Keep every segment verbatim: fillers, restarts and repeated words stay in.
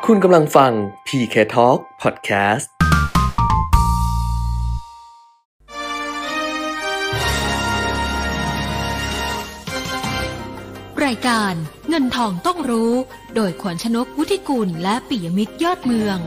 คุณกำลังฟัง พี เค Talk Podcast รายการเงินทองต้องรู้โดยขวัญชนกวุฒิกุลและปิยมิตรยอดเมือง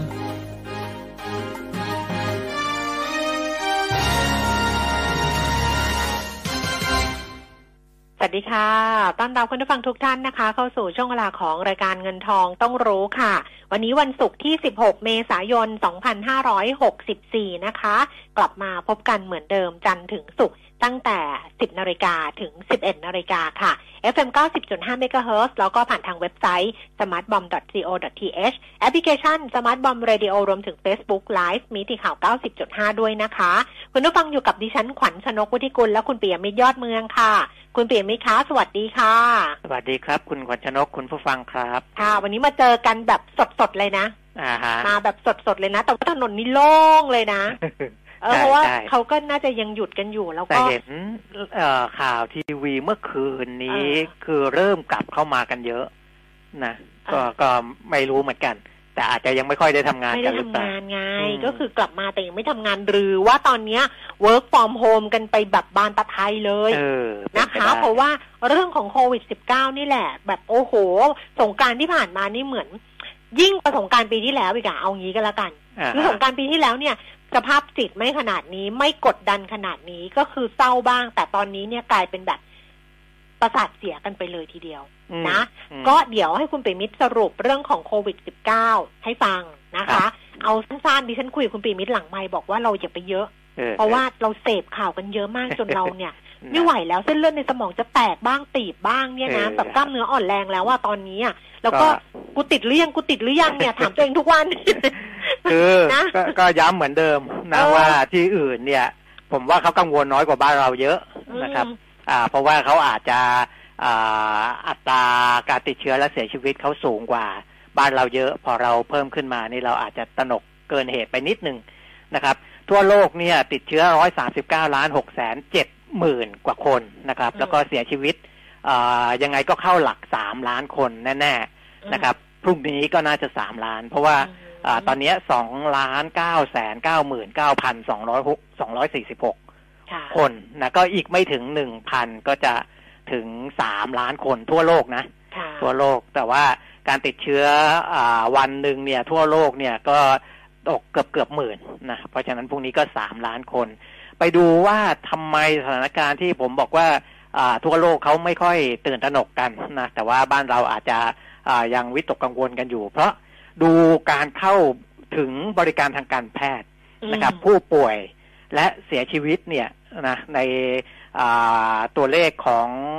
สวัสดีค่ะต้อนรับคุณผู้ฟังทุกท่านนะคะเข้าสู่ช่วงเวลาของรายการเงินทองต้องรู้ค่ะวันนี้วันศุกร์ที่สิบหกเมษายนสองพันห้าร้อยหกสิบสี่นะคะกลับมาพบกันเหมือนเดิมจันทร์ถึงศุกร์ตั้งแต่ สิบนาฬิกา ถึง สิบเอ็ดนาฬิกาค่ะ เอฟ เอ็ม เก้าสิบจุดห้า เมกะเฮิรตซ์ แล้วก็ผ่านทางเว็บไซต์ สมาร์ทบอม ดอท ซี โอ ดอท ที เอช แอปพลิเคชัน Smartbomb Radio รวมถึง Facebook Live มีที่ข่าว เก้าสิบจุดห้า ด้วยนะคะคุณผู้ฟังอยู่กับดิฉันขวัญชนกวุฒิกุลและคุณปิยมิตรยอดเมืองค่ะคุณปิยมิตรคะสวัสดีค่ะสวัสดีครับคุณขวัญชนกคุณผู้ฟังครับค่ะวันนี้มาเจอกันแบบสดๆเลยนะอ่าฮะมาแบบสดๆเลยนะแต่ว่าถนนนี่โล่งเลยนะเออเพราะว่าเขาก็น่าจะยังหยุดกันอยู่แล้วก็แต่เห็นข่าวทีวีเมื่อคืนนี้คือเริ่มกลับเข้ามากันเยอะนะก็ก็ไม่รู้เหมือนกันแต่อาจจะยังไม่ค่อยได้ทำงานกันหรือเปล่าไม่ได้ทำงานไงก็คือกลับมาแต่ยังไม่ทำงานหรือว่าตอนนี้ work from home กันไปแบบบานตะไทยเลยนะคะเพราะว่าเรื่องของโควิด สิบเก้า นี่แหละแบบโอ้โหสงกรานต์ที่ผ่านมานี่เหมือนยิ่งกว่าสงกรานต์ปีที่แล้วอีกอะเอางี้ก็แล้วกันคือสงกรานต์ปีที่แล้วเนี่ยสภาพจิตไม่ขนาดนี้ไม่กดดันขนาดนี้ก็คือเศร้าบ้างแต่ตอนนี้เนี่ยกลายเป็นแบบประสาทเสียกันไปเลยทีเดียวนะก็เดี๋ยวให้คุณปิยมิตรสรุปเรื่องของโควิด สิบเก้า ให้ฟังนะคะเอาสั้นๆดิฉันคุยกับคุณปิยมิตรหลังไมค์บอกว่าเราอย่าไปเยอะเพราะว่าเราเสพข่าวกันเยอะมากจนเราเนี่ยไม่ไหวแล้วเส้นเลือดในสมองจะแตกบ้างตีบบ้างเนี่ยนะแบบกล้ามเนื้ออ่อนแรงแล้วว่าตอนนี้อ่ะแล้วก็กูติดหรือยังกูติดหรือยังเนี่ยถามตัวเองทุกวันคือก็ย้ำเหมือนเดิมนะว่าที่อื่นเนี่ยผมว่าเขากังวลน้อยกว่าบ้านเราเยอะนะครับอ่าเพราะว่าเขาอาจจะอ่าอัตราการติดเชื้อและเสียชีวิตเขาสูงกว่าบ้านเราเยอะพอเราเพิ่มขึ้นมานี่เราอาจจะตระหนกเกินเหตุไปนิดนึงนะครับทั่วโลกเนี่ยติดเชื้อหนึ่งร้อยสามสิบเก้าล้านหกแสนเจ็ดหมื่นกว่าคนนะครับแล้วก็เสียชีวิตอ่ายังไงก็เข้าหลักสามล้านคนแน่ๆนะครับพรุ่งนี้ก็น่าจะสามล้านเพราะว่าอ่าตอนนี้สองล้านเก้าแสนเก้าหมื่นเก้าพันสองร้อยสองร้อยสี่สิบหกคนนะก็อีกไม่ถึง หนึ่งพัน ก็จะถึงสามล้านคนทั่วโลกนะทั่วโลกแต่ว่าการติดเชื้ออ่าวันหนึ่งเนี่ยทั่วโลกเนี่ยก็ตกเกือบเกือบหมื่นนะเพราะฉะนั้นพรุ่งนี้ก็สามล้านคนไปดูว่าทำไมสถานการณ์ที่ผมบอกว่าอ่าทั่วโลกเขาไม่ค่อยตื่นตระหนกกันนะแต่ว่าบ้านเราอาจจะอ่ายังวิตกกังวลกันอยู่เพราะดูการเข้าถึงบริการทางการแพทย์นะครับผู้ป่วยและเสียชีวิตเนี่ยนะในตัวเลขของ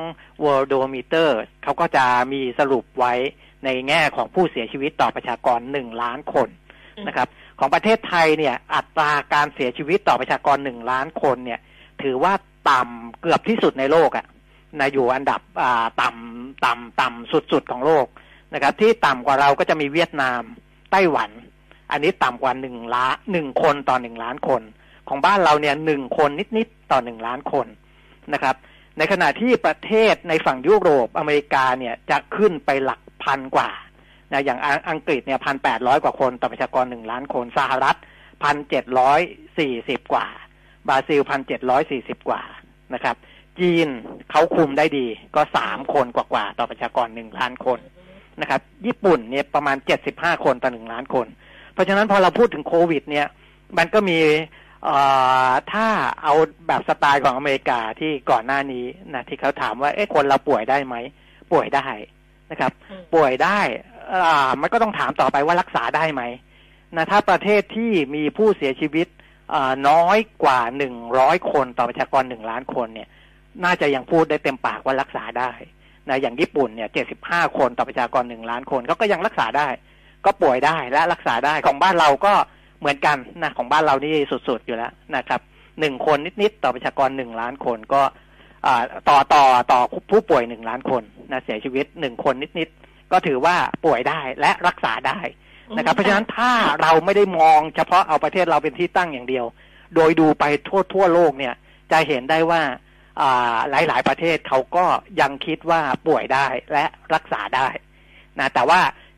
Worldometer เขาก็จะมีสรุปไว้ในแง่ของผู้เสียชีวิตต่อประชากรหนึ่งล้านคนนะครับของประเทศไทยเนี่ยอัตราการเสียชีวิตต่อประชากรหนึ่งล้านคนเนี่ยถือว่าต่ำเกือบที่สุดในโลกอ่ะนะอยู่อันดับต่ำต่ำต่ำสุดๆของโลกนะครับที่ต่ำกว่าเราก็จะมีเวียดนามไต้หวันอันนี้ต่ำกว่าหนึ่งล้านหนึ่งคนต่อหนึ่งล้านคนของบ้านเราเนี่ยหนึ่งคนนิดๆต่อหนึ่งล้านคนนะครับในขณะที่ประเทศในฝั่งยุโรปอเมริกาเนี่ยจะขึ้นไปหลักพันกว่านะอย่างอังกฤษเนี่ยพันแปดร้อยกว่าคนต่อประชากรหนึ่งล้านคนสหรัฐพันเจ็ดร้อยสี่สิบกว่าบราซิลพันเจ็ดร้อยสี่สิบกว่านะครับจีนเขาคุมได้ดีก็สามคนกว่าๆต่อประชากรหนึ่งล้านคนนะครับญี่ปุ่นเนี่ยประมาณเจ็ดสิบห้าคนต่อหนึ่งล้านคนเพราะฉะนั้นพอเราพูดถึงโควิดเนี่ยมันก็มีถ้าเอาแบบสไตล์ของอเมริกาที่ก่อนหน้านี้นะที่เขาถามว่าเอ๊ะคนเราป่วยได้ไหมป่วยได้นะครับป่วยได้อ่ามันก็ต้องถามต่อไปว่ารักษาได้ไหมนะถ้าประเทศที่มีผู้เสียชีวิตอ่าน้อยกว่าหนึ่งร้อยคนต่อประชากรหนึ่งล้านคนเนี่ยน่าจะยังพูดได้เต็มปากว่ารักษาได้นะอย่างญี่ปุ่นเนี่ยเจ็ดสิบห้าคนต่อประชากรหนึ่งล้านคนเขาก็ยังรักษาได้ก็ป่วยได้และรักษาได้ของบ้านเราก็เหมือนกันนะของบ้านเรานี่สุดๆอยู่แล้วนะครับหนึ่งคนนิดๆต่อประชากรหนึ่งล้านคนก็อ่าต่อต่อต่อผู้ป่วยหนึ่งล้านคนนะเสียชีวิตหนึ่งคนนิดๆก็ถือว่าป่วยได้และรักษาได้นะครับเพราะฉะนั้นถ้าเราไม่ได้มองเฉพาะเอาประเทศเราเป็นที่ตั้งอย่างเดียวโดยดูไปทั่วทั่วโลกเนี่ยจะเห็นได้ว่าอ่าหลายๆประเทศเขาก็ยังคิดว่าป่วยได้และรักษาได้นะแต่ว่า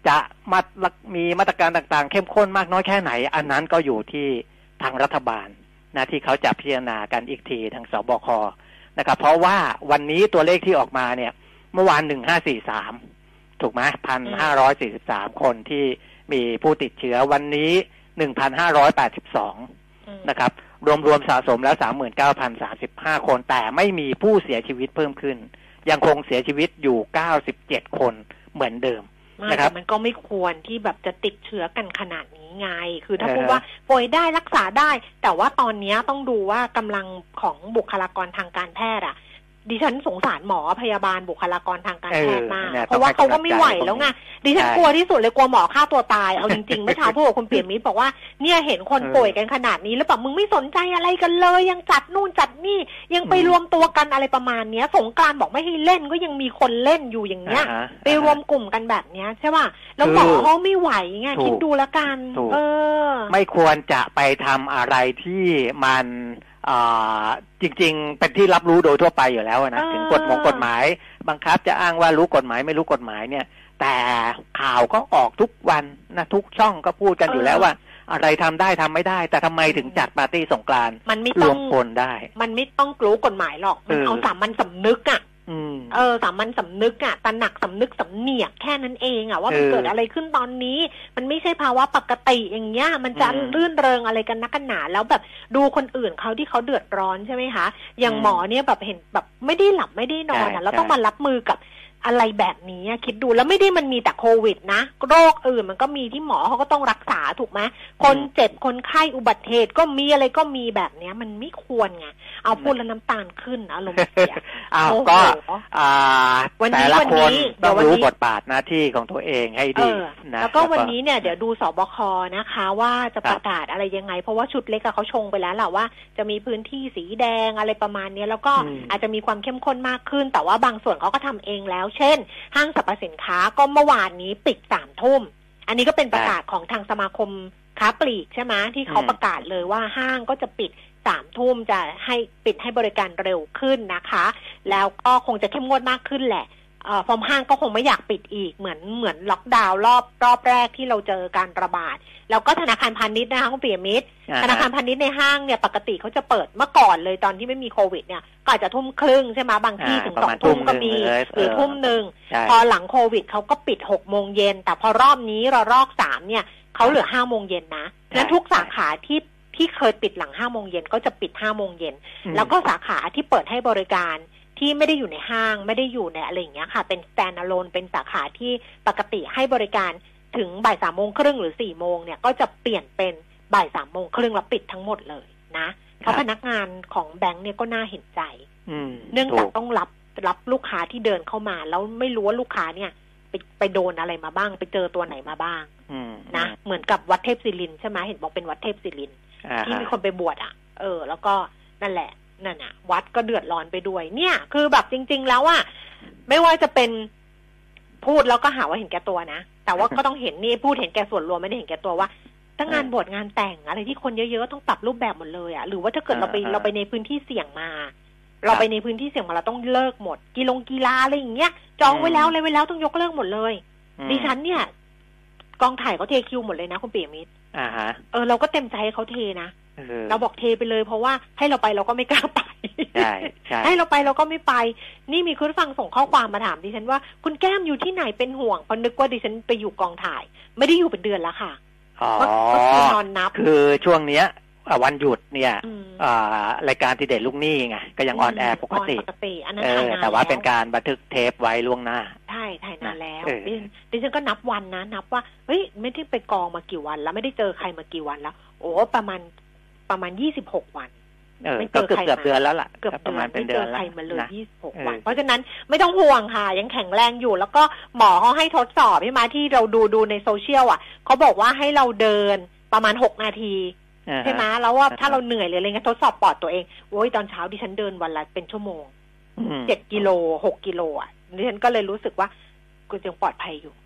จะมามีมาตรการต่างๆเข้มข้นมากน้อยแค่ไหนอันนั้นก็อยู่ที่ทางรัฐบาลนะที่เขาจะพิจารณากันอีกทีทางสบคนะครับเพราะว่าวันนี้ตัวเลขที่ออกมาเนี่ยเมื่อวานหนึ่งพันห้าร้อยสี่สิบสามถูกไหม หนึ่งพันห้าร้อยสี่สิบสาม คนที่มีผู้ติดเชื้อวันนี้ หนึ่งพันห้าร้อยแปดสิบสอง นะครับรวมๆสะสมแล้ว สามหมื่นเก้าพันสามสิบห้า คนแต่ไม่มีผู้เสียชีวิตเพิ่มขึ้นยังคงเสียชีวิตอยู่เก้าสิบเจ็ดคนเหมือนเดิมนะครับมันก็ไม่ควรที่แบบจะติดเชื้อกันขนาดนี้ไงคือถ้าพูดว่าป่วยได้รักษาได้แต่ว่าตอนนี้ต้องดูว่ากำลังของบุคลากรทางการแพทย์อ่ะดิฉันสงสารหมอพยาบาลบุคลากรทางการแพทย์มากเพราะว่าเขาก็ไม่ไหวแล้วไงดิฉันกลัวที่สุดเลยกลัวหมอฆ่าตัวตายเอาจริงๆเมื่อเช้าพูดกับคุณเปี่ยมมิตรบอกว่าเนี่ยเห็นคนป่วยกันขนาดนี้แล้วแบบมึงไม่สนใจอะไรกันเลยยังจัดนู่นจัดนี่ยังไปรวมตัวกันอะไรประมาณนี้สงกรานต์บอกไม่ให้เล่นก็ยังมีคนเล่นอยู่อย่างเงี้ยไปรวมกลุ่มกันแบบเนี้ยใช่ป่ะแล้วหมอเขาไม่ไหวไงคิดดูแล้วกันเออไม่ควรจะไปทำอะไรที่มันจริงๆเป็นที่รับรู้โดยทั่วไปอยู่แล้วนะถึงกฎหมายกฎหมายบังคับจะอ้างว่ารู้กฎหมายไม่รู้กฎหมายเนี่ยแต่ข่าวก็ออกทุกวันนะทุกช่องก็พูดกันอยู่แล้วว่าอะไรทำได้ทำไม่ได้แต่ทำไมถึงจัดปาร์ตี้สงกรานต์รวมคนได้มันไม่ต้องรู้กฎหมายหรอกมันเอาสามัญสำนึกอ่ะเออสามัญสำนึกอ่ะตระหนักสำนึกสำเนียกแค่นั้นเองอ่ะว่ามันเกิดอะไรขึ้นตอนนี้มันไม่ใช่ภาวะปกติอย่างเงี้ยมันจะรื่นเริงอะไรกันนักกันหนาแล้วแบบดูคนอื่นเขาที่เขาเดือดร้อนใช่ไหมคะอย่างหมอเนี่ยแบบเห็นแบบไม่ได้หลับไม่ได้นอนอ่ะแล้วต้องมารับมือกับอะไรแบบนี้คิดดูแล้วไม่ได้มันมีแต่โควิดนะโรคอื่นมันก็มีที่หมอเขาก็ต้องรักษาถูกไหมคนเจ็บคนไข้อุบัติเหตุก็มีอะไรก็มีแบบเนี้ยมันไม่ควรไงเอาพูดแล้วน้ำตาลขึ้นอารมณ์เสียอ้าวก็แต่ละคนต้องรู้บทบาทหน้าที่ของตัวเองให้ดีนะแล้วก็วันนี้เนี่ยเดี๋ยวดูสบคนะคะว่าจะประกาศอะไรยังไงเพราะว่าชุดเล็กเขาชงไปแล้วแหละว่าจะมีพื้นที่สีแดงอะไรประมาณนี้แล้วก็อาจจะมีความเข้มข้นมากขึ้นแต่ว่าบางส่วนเขาก็ทำเองแล้วเช่นห้างสรรพสินค้าก็เมื่อวานนี้ปิดสามทุ่มอันนี้ก็เป็นประกาศของทางสมาคมค้าปลีกใช่ไหมที่เขาประกาศเลยว่าห้างก็จะปิดสามทุ่มจะให้ปิดให้บริการเร็วขึ้นนะคะแล้วก็คงจะเข้มงวดมากขึ้นแหละเอ่อฟอร์มห้างก็คงไม่อยากปิดอีกเหมือนเหมือนล็อกดาวน์รอบรอบแรกที่เราเจอการระบาดแล้วก็ธนาคารพาณิชย์นะคะคุณปิยมิตรธนาคารพาณิชย์ในห้างเนี่ยปกติเขาจะเปิดเมื่อก่อนเลยตอนที่ไม่มีโควิดเนี่ยก็อาจจะทุ่มครึ่งใช่ไหมบางที่ถึงสองทุ่มก็มีหรือทุ่มหนึ่งพอหลังโควิดเขาก็ปิดหกโมงเย็นแต่พอรอบนี้รอรอบสามเนี่ยเขาเหลือห้าโมงเย็นนะและทุกสาขาที่ที่เคยปิดหลังห้าโมงเย็นก็จะปิดห้าโมงเย็นแล้วก็สาขาที่เปิดให้บริการที่ไม่ได้อยู่ในห้างไม่ได้อยู่ในอะไรอย่างเงี้ยค่ะเป็น stand alone เป็นสาขาที่ปกติให้บริการถึงบ่ายสามโมงครึ่งหรือสี่โมงเนี่ยก็จะเปลี่ยนเป็นบ่ายสามโมงครึ่งแล้วปิดทั้งหมดเลยนะเพราะพนักงานของแบงค์เนี่ยก็น่าเห็นใจเนื่องจากต้องรับรับลูกค้าที่เดินเข้ามาแล้วไม่รู้ว่าลูกค้าเนี่ยไปไปโดนอะไรมาบ้างไปเจอตัวไหนมาบ้างนะเหมือนกับวัดเทพศิรินใช่ไหมเห็นบอกเป็นวัดเทพศิรินที่มีคนไปบวชอ่ะเออแล้วก็นั่นแหละนั่นน่ะวัดก็เดือดร้อนไปด้วยเนี่ยคือแบบจริงๆแล้วอ่ะไม่ว่าจะเป็นพูดแล้วก็หาว่าเห็นแก่ตัวนะแต่ว่าก็ต้องเห็นนี่พูดเห็นแก่ส่วนรวมไม่ได้เห็นแก่ตัวว่าถ้างานบวชงานแต่งอะไรที่คนเยอะๆต้องปรับรูปแบบหมดเลยอ่ะหรือว่าถ้าเกิดเราไปเราไปในพื้นที่เสี่ยงมาเราไปในพื้นที่เสี่ยงมาเราต้องเลิกหมดกีฬากีฬาอะไรอย่างเงี้ยจองไว้แล้วอะไรไว้แล้วต้องยกเลิกหมดเลยดิฉันเนี่ยกองถ่ายเขาเทคิวหมดเลยนะคุณปิยมิตรอ่าฮะเออเราก็เต็มใจให้เขาเทนะเราบอกเทไปเลยเพราะว่าให้เราไปเราก็ไม่กล้าไปใช่ใช่ให้เราไปเราก็ไม่ไปนี่มีคุณฟังส่งข้อความมาถามดิฉันว่าคุณแก้มอยู่ที่ไหนเป็นห่วงเพราะนึกว่าดิฉันไปอยู่กองถ่ายไม่ได้อยู่เป็นเดือนแล้วค่ะอ๋อก็คือนอนนับคือช่วงเนี้ยวันหยุดเนี่ยรายการที่เด็ดลูกหนี้ไงก็ยังออนแอร์ปกติเออแต่ว่าเป็นการบันทึกเทปไว้ล่วงหน้าใช่ถ่ายนานแล้วดิฉันก็นับวันนะนับว่าเฮ้ยไม่ได้ไปกองมากี่วันแล้วไม่ได้เจอใครมากี่วันแล้วโอ้ประมาณประมาณยี่สิบหกวันไม่เจอใครมาเกือบเดือนแล้วล่ะเกือบประมาณเป็นเดือนแล้วไม่เจอใครมาเลยยี่สิบหกวันเพราะฉะนั้นไม่ต้องห่วงค่ะยังแข็งแรงอยู่แล้วก็หมอเขาให้ทดสอบใช่ไหมที่เราดูดูในโซเชียลอ่ะเขาบอกว่าให้เราเดินประมาณหกนาทีใช่ไหมแล้วว่าถ้าเราเหนื่อยหรืออะไรเงี้ยทดสอบปอดตัวเองโอ้ยตอนเช้าดิฉันเดินวันละเป็นชั่วโมงเจ็ดกิโลหกกิโลอ่ะดิฉันก็เลยรู้สึกว่ากูยังปลอดภัยอยู่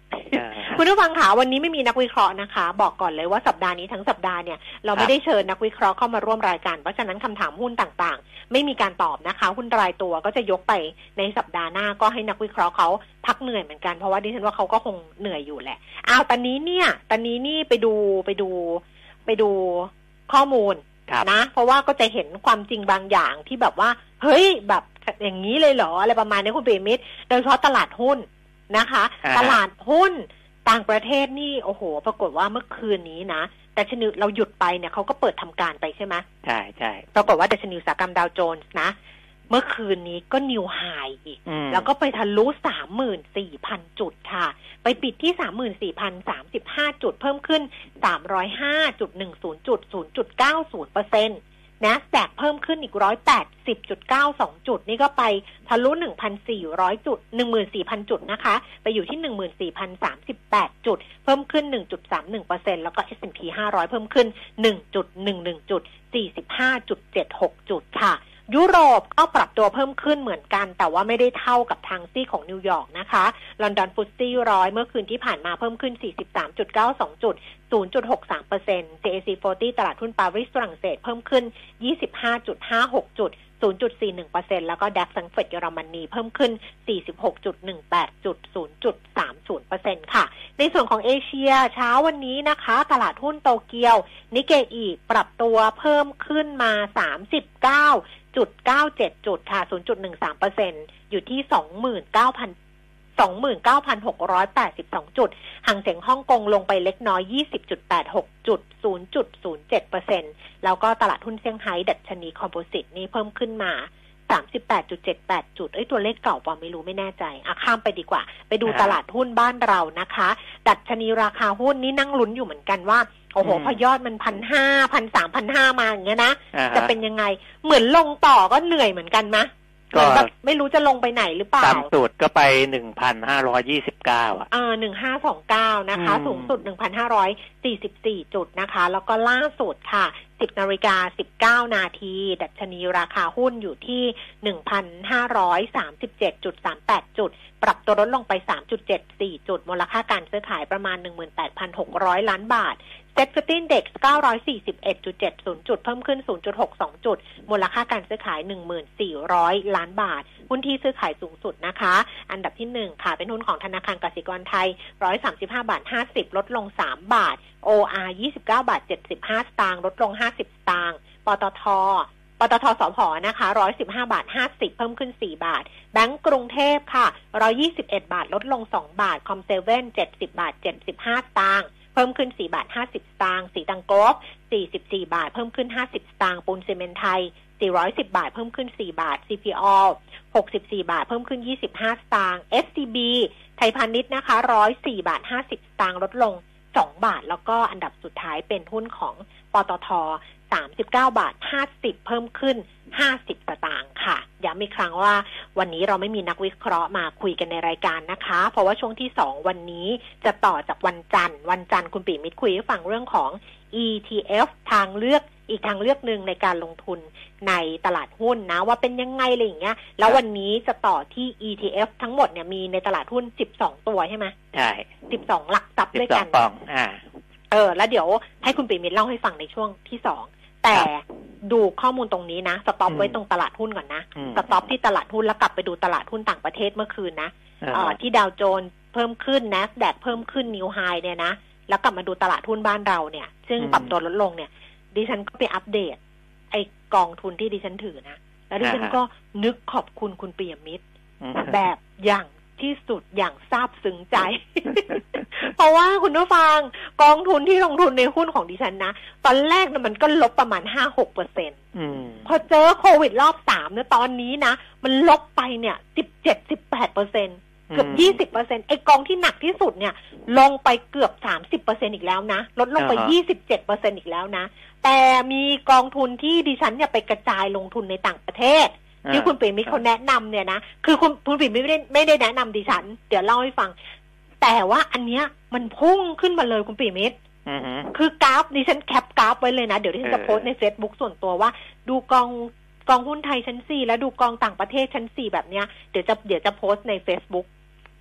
คุณผู้ฟังคะวันนี้ไม่มีนักวิเคราะห์นะคะบอกก่อนเลยว่าสัปดาห์นี้ทั้งสัปดาห์เนี่ยเราไม่ได้เชิญนักวิเคราะห์เข้ามาร่วมรายการเพราะฉะนั้นคำถามหุ้นต่างๆไม่มีการตอบนะคะหุ้นรายตัวก็จะยกไปในสัปดาห์หน้าก็ให้นักวิเคราะห์เขาพักเหนื่อยเหมือนกันเพราะว่าดิฉันว่าเขาก็คงเหนื่อยอยู่แหละอ้าวตอนนี้เนี่ยตอนนี้นี่ไปดูไปดูไปดูข้อมูลนะเพราะว่าก็จะเห็นความจริงบางอย่างที่แบบว่าเฮ้ยแบบอย่างนี้เลยเหรออะไรประมาณนี้คุณเบมิตรโดยเฉพาะตลาดหุ้นนะคะตลาดหุ้นต่างประเทศนี่โอ้โหปรากฏว่าเมื่อคืนนี้นะดัชนีเราหยุดไปเนี่ยเขาก็เปิดทำการไปใช่ไหมใช่ใช่ปรากฏว่าดัชนีอุตสาหกรรมดาวโจนส์นะเมื่อคืนนี้ก็นิวไฮอีกแล้วก็ไปทะลุ สามหมื่นสี่พัน จุดค่ะไปปิดที่ สามหมื่นสี่พันสามสิบห้า จุดเพิ่มขึ้น สามร้อยห้าจุดหนึ่งศูนย์ จุด ศูนย์จุดเก้าศูนย์เปอร์เซ็นต์ นะแตกเพิ่มขึ้นอีก หนึ่งร้อยแปดสิบจุดเก้าสอง จุดนี่ก็ไปทะลุ หนึ่งพันสี่ร้อย จุด หนึ่งหมื่นสี่พัน จุดนะคะไปอยู่ที่ หนึ่งหมื่นสี่พันสามสิบแปด จุดเพิ่มขึ้น หนึ่งจุดสามหนึ่งเปอร์เซ็นต์ แล้วก็ เอส แอนด์ พี ห้าร้อยเพิ่มขึ้น หนึ่งจุดหนึ่งหนึ่ง จุด สี่สิบห้าจุดเจ็ดหก จุดค่ะยุโรปก็ปรับตัวเพิ่มขึ้นเหมือนกันแต่ว่าไม่ได้เท่ากับทางซีของนิวยอร์กนะคะลอนดอนฟุตซี่ร้อยเมื่อคืนที่ผ่านมาเพิ่มขึ้น สี่สิบสามจุดเก้าสอง จุด ศูนย์จุดหกสามเปอร์เซ็นต์ เจ เอ ซี สี่สิบตลาดหุ้นปารีสฝรั่งเศสเพิ่มขึ้น ยี่สิบห้าจุดห้าหก จุด ศูนย์จุดสี่หนึ่งเปอร์เซ็นต์ แล้วก็ดัคสังเฟิร์ตเยอรมนีเพิ่มขึ้น สี่สิบหกจุดหนึ่งแปด จุด ศูนย์จุดสามศูนย์เปอร์เซ็นต์ ค่ะในส่วนของเอเชียเช้าวันนี้นะคะตลาดหุ้นโตเกียวนิเกอิปรับตัวเพิ่มขึ้นมาสามสิบเก้าจุดเก้าเจ็ด จุดค่ะ ศูนย์จุดหนึ่งสามเปอร์เซ็นต์ อยู่ที่ สองหมื่นเก้าพัน สองหมื่นเก้าพันหกร้อยแปดสิบสอง จุดห่างเสียงฮ่องกงลงไปเล็กน้อย ยี่สิบจุดแปดหก จุด ศูนย์จุดศูนย์เจ็ดเปอร์เซ็นต์ แล้วก็ตลาดหุ้นเซี่ยงไฮ้ดัชนีคอมโพสิตนี่เพิ่มขึ้นมา สามสิบแปดจุดเจ็ดแปด จุดเอ้ยตัวเลขเก่าป่ะไม่รู้ไม่แน่ใจอ่ะข้ามไปดีกว่าไปดูตลาดหุ้นบ้านเรานะคะดัชนีราคาหุ้นนี่นั่งลุ้นอยู่เหมือนกันว่าโอ้โหพอยอดมัน หนึ่งพันห้าร้อย หนึ่งพันสามร้อย หนึ่งพันห้าร้อย มาอย่างเงี้ยนะจะเป็นยังไงเหมือนลงต่อก็เหนื่อยเหมือนกันมะก็ไม่รู้จะลงไปไหนหรือเปล่าต่ำสุดก็ไป หนึ่งพันห้าร้อยยี่สิบเก้า อ่ะเออหนึ่งพันห้าร้อยยี่สิบเก้านะคะสูงสุด หนึ่งพันห้าร้อยสี่สิบสี่ จุดนะคะแล้วก็ล่าสุดค่ะ สิบนาฬิกาสิบเก้านาทีดัชนีราคาหุ้นอยู่ที่ หนึ่งพันห้าร้อยสามสิบเจ็ดจุดสามแปด จุดปรับตัวลดลงไป สามจุดเจ็ดสี่ จุดมูลค่าการซื้อขายประมาณ หนึ่งหมื่นแปดพันหกร้อย ล้านบาทเซ็ตฟิฟตี้ Index เก้าร้อยสี่สิบเอ็ดจุดเจ็ดศูนย์ จุดเพิ่มขึ้น ศูนย์จุดหกสอง จุดมูลค่าการซื้อขาย หนึ่งพันสี่ร้อย ล้านบาทหุ้นที่ซื้อขายสูงสุดนะคะอันดับที่หนึ่งค่ะเป็นหุ้นของธนาคารกสิกรไทยหนึ่งร้อยสามสิบห้าบาทห้าสิบลดลงสามบาท โอ อาร์ ยี่สิบเก้าบาทเจ็ดสิบห้าสตางค์ลดลงห้าสิบสตางค์ปตทปตทสผนะคะหนึ่งร้อยสิบห้าบาทห้าสิบเพิ่มขึ้นสี่บาทแบงก์กรุงเทพค่ะหนึ่งร้อยยี่สิบเอ็ดบาทลดลงสองบาทคอมเซเว่นเจ็ดสิบบาทเจ็ดสิบห้าสตางค์เพิ่มขึ้นสี่บาทห้าสิบสตางค์สีตังโกฟสี่สิบสี่บาทเพิ่มขึ้นห้าสิบสตางค์ปูนซีเมนต์ไทยสี่ร้อยสิบบาทเพิ่มขึ้นสี่บาท ซี พี โอ หกสิบสี่บาทเพิ่มขึ้นยี่สิบห้าสตางค์ เอส ซี บี ไทยพาณิชย์นะคะหนึ่งร้อยสี่บาทห้าสิบสตางค์ลดลงสองบาทแล้วก็อันดับสุดท้ายเป็นหุ้นของปตทสามสิบเก้าบาทห้าสิบเพิ่มขึ้นห้าสิบสตางค์ค่ะย้ำอีกครั้งว่าวันนี้เราไม่มีนักวิเคราะห์มาคุยกันในรายการนะคะเพราะว่าช่วงที่สองวันนี้จะต่อจากวันจันทร์วันจันทร์คุณปิ่มมิตรคุยให้ฟังเรื่องของ อี ที เอฟ ทางเลือกอีกทางเลือกหนึ่งในการลงทุนในตลาดหุ้นนะว่าเป็นยังไงอะไรอย่างเงี้ยแล้ววันนี้จะต่อที่ อี ที เอฟ ทั้งหมดเนี่ยมีในตลาดหุ้นสิบสองตัวใช่ไหมใช่สิบสองหลักทรัพย์ด้วยกันอ่าเออแล้วเดี๋ยวให้คุณปิ่มมิตรเล่าให้ฟังในช่วงที่สองแต่ดูข้อมูลตรงนี้นะสต็อปไว้ตรงตลาดหุ้นก่อนนะสต็อปที่ตลาดหุ้นแล้วกลับไปดูตลาดหุ้นต่างประเทศเมื่อคืนนะอ่าที่ดาวโจนส์เพิ่มขึ้น NASDAQ เพิ่มขึ้นนิวไฮเนี่ยนะแล้วกลับมาดูตลาดหุ้นบ้านเราเนี่ยซึ่งปรับตัวลดลงเนี่ยดิฉันก็ไปอัปเดตไอ้กองทุนที่ดิฉันถือนะแล้วดิฉันก็นึกขอบคุณคุณปิยมิตรแบบอย่างที่สุดอย่างซาบซึ้งใจ เพราะว่าคุณผู้ฟังกองทุนที่ลงทุนในหุ้นของดิฉันนะตอนแรกเนี่ยมันก็ลบประมาณ ห้าหกเปอร์เซ็นต์ พอเจอโควิดรอบสามเนี่ยตอนนี้นะมันลบไปเนี่ย สิบเจ็ด สิบแปดเปอร์เซ็นต์ เกือบ ยี่สิบเปอร์เซ็นต์ ไอ้กองที่หนักที่สุดเนี่ยลงไปเกือบ สามสิบเปอร์เซ็นต์ อีกแล้วนะลดลงไป ยี่สิบเจ็ดเปอร์เซ็นต์ อีกแล้วนะแต่มีกองทุนที่ดิฉันเนี่ยไปกระจายลงทุนในต่างประเทศที่คุณปิ่มมิตรเขาแนะนำเนี่ยนะคือคุณคุณปิ่มมิตรไม่ได้ไม่ได้แนะนำดิฉันเดี๋ยวเล่าให้ฟังแต่ว่าอันเนี้ยมันพุ่งขึ้นมาเลยคุณปิ่มมิตรคือกราฟดิฉันแคปกราฟไว้เลยนะเดี๋ยวดิฉันจะโพสต์ใน Facebook ส่วนตัวว่าดูกองกองหุ้นไทยชั้นสี่แล้วดูกองต่างประเทศชั้นสี่แบบเนี้ยเดี๋ยวจะเดี๋ยวจะโพสต์ใน Facebook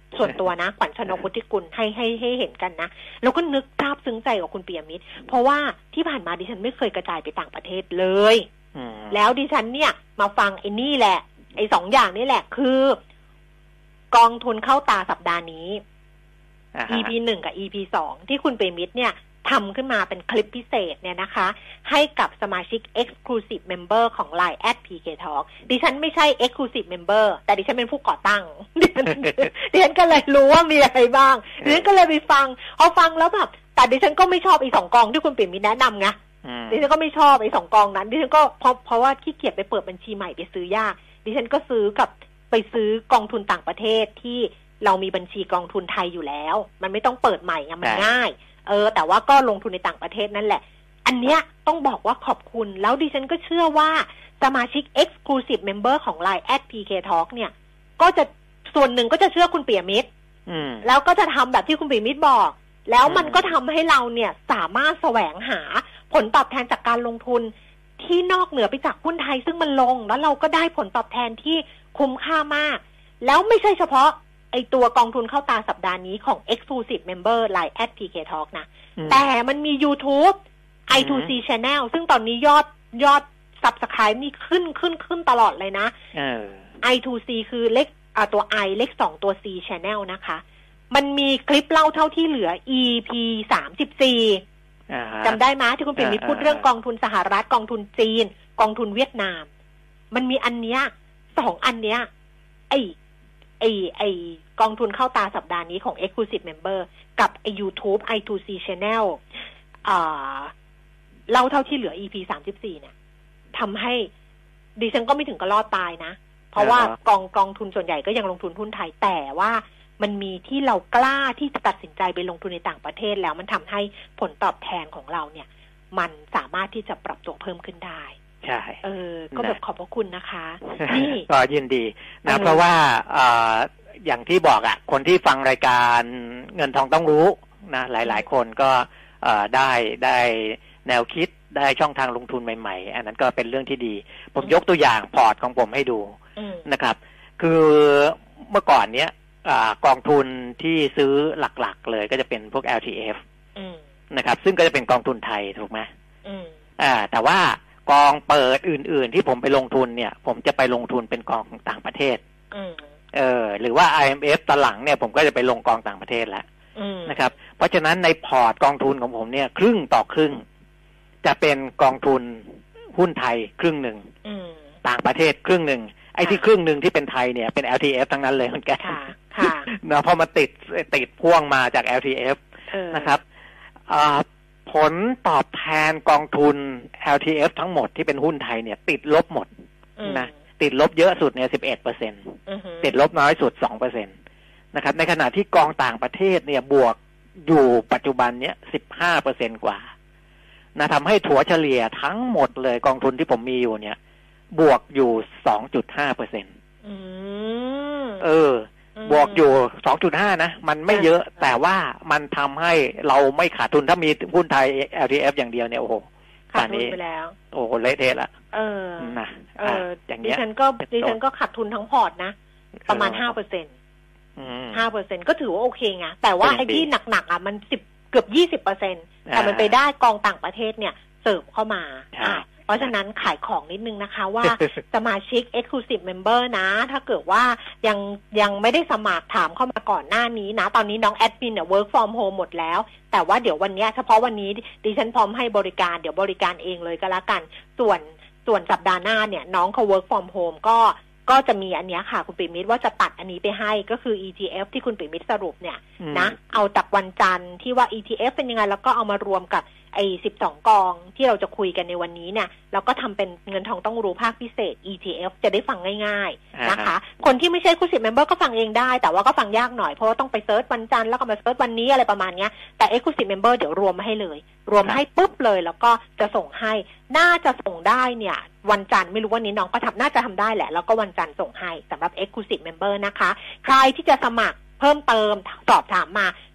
ส่วนตัวนะขวัญชนกวุฒิกุลให้ให้ให้เห็นกันนะแล้วก็นึกภาพซึ้งใจกับคุณปิยมิตรเพราะว่าที่ผ่านมาดิฉันไม่เคยกระจายไปต่างประเทศเลยแล้วดิฉันเนี่ยมาฟังไอ้นี่แหละไอ้สองอย่างนี่แหละคือกองทุนเข้าตาสัปดาห์นี้ อี พี หนึ่งกับ อี พี สองที่คุณปิยมิตรเนี่ยทำขึ้นมาเป็นคลิปพิเศษเนี่ยนะคะให้กับสมาชิก Exclusive Member ของ ไลน์ แอท พี เค Talk ดิฉันไม่ใช่ Exclusive Member แต่ดิฉันเป็นผู้ก่อตั้ง ดิฉันดิฉันก็เลยรู้ว่ามีอะไรบ้างดิฉันก็เลยไปฟังพอฟังแล้วแบบแต่ดิฉันก็ไม่ชอบไอ้สองกองที่คุณปิยมิตรแนะนำไงดิฉันก็ไม่ชอบไอ้สองกองนั้นดิฉันก็เพราะเพราะว่าขี้เกียจไปเปิดบัญชีใหม่ไปซื้อยากดิฉันก็ซื้อกับไปซื้อกองทุนต่างประเทศที่เรามีบัญชีกองทุนไทยอยู่แล้วมันไม่ต้องเปิดใหม่ไงมันง่ายเออแต่ว่าก็ลงทุนในต่างประเทศนั่นแหละอันเนี้ยต้องบอกว่าขอบคุณแล้วดิฉันก็เชื่อว่าสมาชิก Exclusive Member ของ ไลน์ แอท พี เค Talk เนี่ยก็จะส่วนหนึ่งก็จะเชื่อคุณปิยมิตรแล้วก็จะทำแบบที่คุณปิยมิตรบอกแล้วมันก็ทำให้เราเนี่ยสามารถแสวงหาผลตอบแทนจากการลงทุนที่นอกเหนือไปจากหุ้นไทยซึ่งมันลงแล้วเราก็ได้ผลตอบแทนที่คุ้มค่ามากแล้วไม่ใช่เฉพาะไอตัวกองทุนเข้าตาสัปดาห์นี้ของ Exclusive Member ไลน์ แอท พี เค Talk นะแต่มันมี YouTube ไอ ทู ซี Channel ซึ่งตอนนี้ยอดยอด Subscribe นี่ขึ้นขึ้นขึ้นตลอดเลยนะ ไอ ทู ซี คือเลขอ่าตัว I เลขสองตัว C Channel นะคะมันมีคลิปเล่าเท่าที่เหลือ อี พี สามสิบสี่จำได้ไหมที่คุณปิ่นมีพูดเรื่องกองทุนสหรัฐกองทุนจีนกองทุนเวียดนามมันมีอันเนี้ยสองอันเนี้ยไอไอไอกองทุนเข้าตาสัปดาห์นี้ของ Exclusive Member กับไอ YouTube ไอ ทู ซี Channel อ่าเล่าเท่าที่เหลือ อี พี สามสิบสี่เนี่ยทำให้ดิฉันก็ไม่ถึงกับรอดตายนะเพราะว่ากองกองทุนส่วนใหญ่ก็ยังลงทุนหุ้นไทยแต่ว่ามันมีที่เรากล้าที่จะตัดสินใจไปลงทุนในต่างประเทศแล้วมันทำให้ผลตอบแทนของเราเนี่ยมันสามารถที่จะปรับตัวเพิ่มขึ้นได้ใช่เออก็แบบขอบพระคุณนะคะนี่ก็ยินดีนะเพราะว่าอย่างที่บอกอ่ะคนที่ฟังรายการเงินทองต้องรู้นะหลายๆคนก็ได้ได้แนวคิดได้ช่องทางลงทุนใหม่ๆอันนั้นก็เป็นเรื่องที่ดีผมยกตัวอย่างพอร์ตของผมให้ดูนะครับคือเมื่อก่อนเนี้ยกองทุนที่ซื้อหลักๆเลยก็จะเป็นพวก แอล ที เอฟ นะครับซึ่งก็จะเป็นกองทุนไทยถูกไหมอ่าแต่ว่ากองเปิดอื่นๆที่ผมไปลงทุนเนี่ยผมจะไปลงทุนเป็นกองต่างประเทศเออหรือว่า ไอ เอ็ม เอฟ ตอนหลังเนี่ยผมก็จะไปลงกองต่างประเทศแล้วนะครับเพราะฉะนั้นในพอร์ตกองทุนของผมเนี่ยครึ่งต่อครึ่งจะเป็นกองทุนหุ้นไทยครึ่งหนึ่งต่างประเทศครึ่งหนึ่งไอ้ที่ครึ่งหนึ่งที่เป็นไทยเนี่ยเป็น แอล ที เอฟ ทั้งนั้นเลยมันแกเนาะพอมาติดติดพ่วงมาจาก แอล ที เอฟ นะครับผลตอบแทนกองทุน แอล ที เอฟ ทั้งหมดที่เป็นหุ้นไทยเนี่ยติดลบหมดนะติดลบเยอะสุดเนี่ย สิบเอ็ดเปอร์เซ็นต์ ติดลบน้อยสุด สองเปอร์เซ็นต์ นะครับในขณะที่กองต่างประเทศเนี่ยบวกอยู่ปัจจุบันเนี้ย สิบห้าเปอร์เซ็นต์ กว่านะทำให้ถัวเฉลี่ยทั้งหมดเลยกองทุนที่ผมมีอยู่เนี่ยบวกอยู่ สองจุดห้าเปอร์เซ็นต์ อืมเออบวกอยู่ สองจุดห้า นะมันไม่เยอะแต่ว่ามันทำให้เราไม่ขาดทุนถ้ามีหุ้นไทย แอล ที เอฟ อย่างเดียวเนี่ยโอ้โหขาดทุนไปแล้วโอ้โหเละเทะละเออนะเอออย่างเงี้ยดิฉันก็ดิฉันก็ขาดทุนทั้งพอร์ตนะประมาณ ห้าเปอร์เซ็นต์ อืม ห้าเปอร์เซ็นต์ ก็ถือว่าโอเคไงแต่ว่าไอ้ที่หนักๆอ่ะมันสิบเกือบ ยี่สิบเปอร์เซ็นต์ แต่มันไปได้กองต่างประเทศเนี่ยเสริมเข้ามาอ่ะเพราะฉะนั้นขายของนิดนึงนะคะว่าสมาชิก Exclusive Member นะถ้าเกิดว่ายังยังไม่ได้สมัครถามเข้ามาก่อนหน้านี้นะตอนนี้น้องแอดมินเนี่ย work from home หมดแล้วแต่ว่าเดี๋ยววันนี้เฉพาะวันนี้ดิฉันพร้อมให้บริการเดี๋ยวบริการเองเลยก็แล้วกันส่วนส่วนสัปดาห์หน้าเนี่ยน้องเขา work from home ก็ก็จะมีอันนี้ค่ะคุณปิ่มมิตรว่าจะตัดอันนี้ไปให้ก็คือ อี ที เอฟ ที่คุณปิ่มมิตรสรุปเนี่ยนะเอาจากวันจันทร์ที่ว่า อี ที เอฟ เป็นยังไงแล้วก็เอามารวมกับไอ้สิบสองกองที่เราจะคุยกันในวันนี้เนี่ยเราก็ทำเป็นเงินทองต้องรู้ภาคพิเศษ อี ที เอฟ จะได้ฟังง่ายๆนะคะคนที่ไม่ใช่คู่สิบเมมเบอร์ก็ฟังเองได้แต่ว่าก็ฟังยากหน่อยเพราะว่าต้องไปเซิร์ชวันจันทร์แล้วก็มาเซิร์ชวันนี้อะไรประมาณนี้แต่ Exclusive Member เดี๋ยวรวมมาให้เลยรวมให้ปุ๊บเลยแล้วก็จะส่งให้น่าจะส่งได้เนี่ยวันจันทร์ไม่รู้ว่านี้น้องก็ทำน่าจะทำได้แหละแล้วก็วันจันทร์ส่งให้สำหรับ Exclusive Member นะคะใครที่จะสมัครเพิ่มเติมสอบถามมา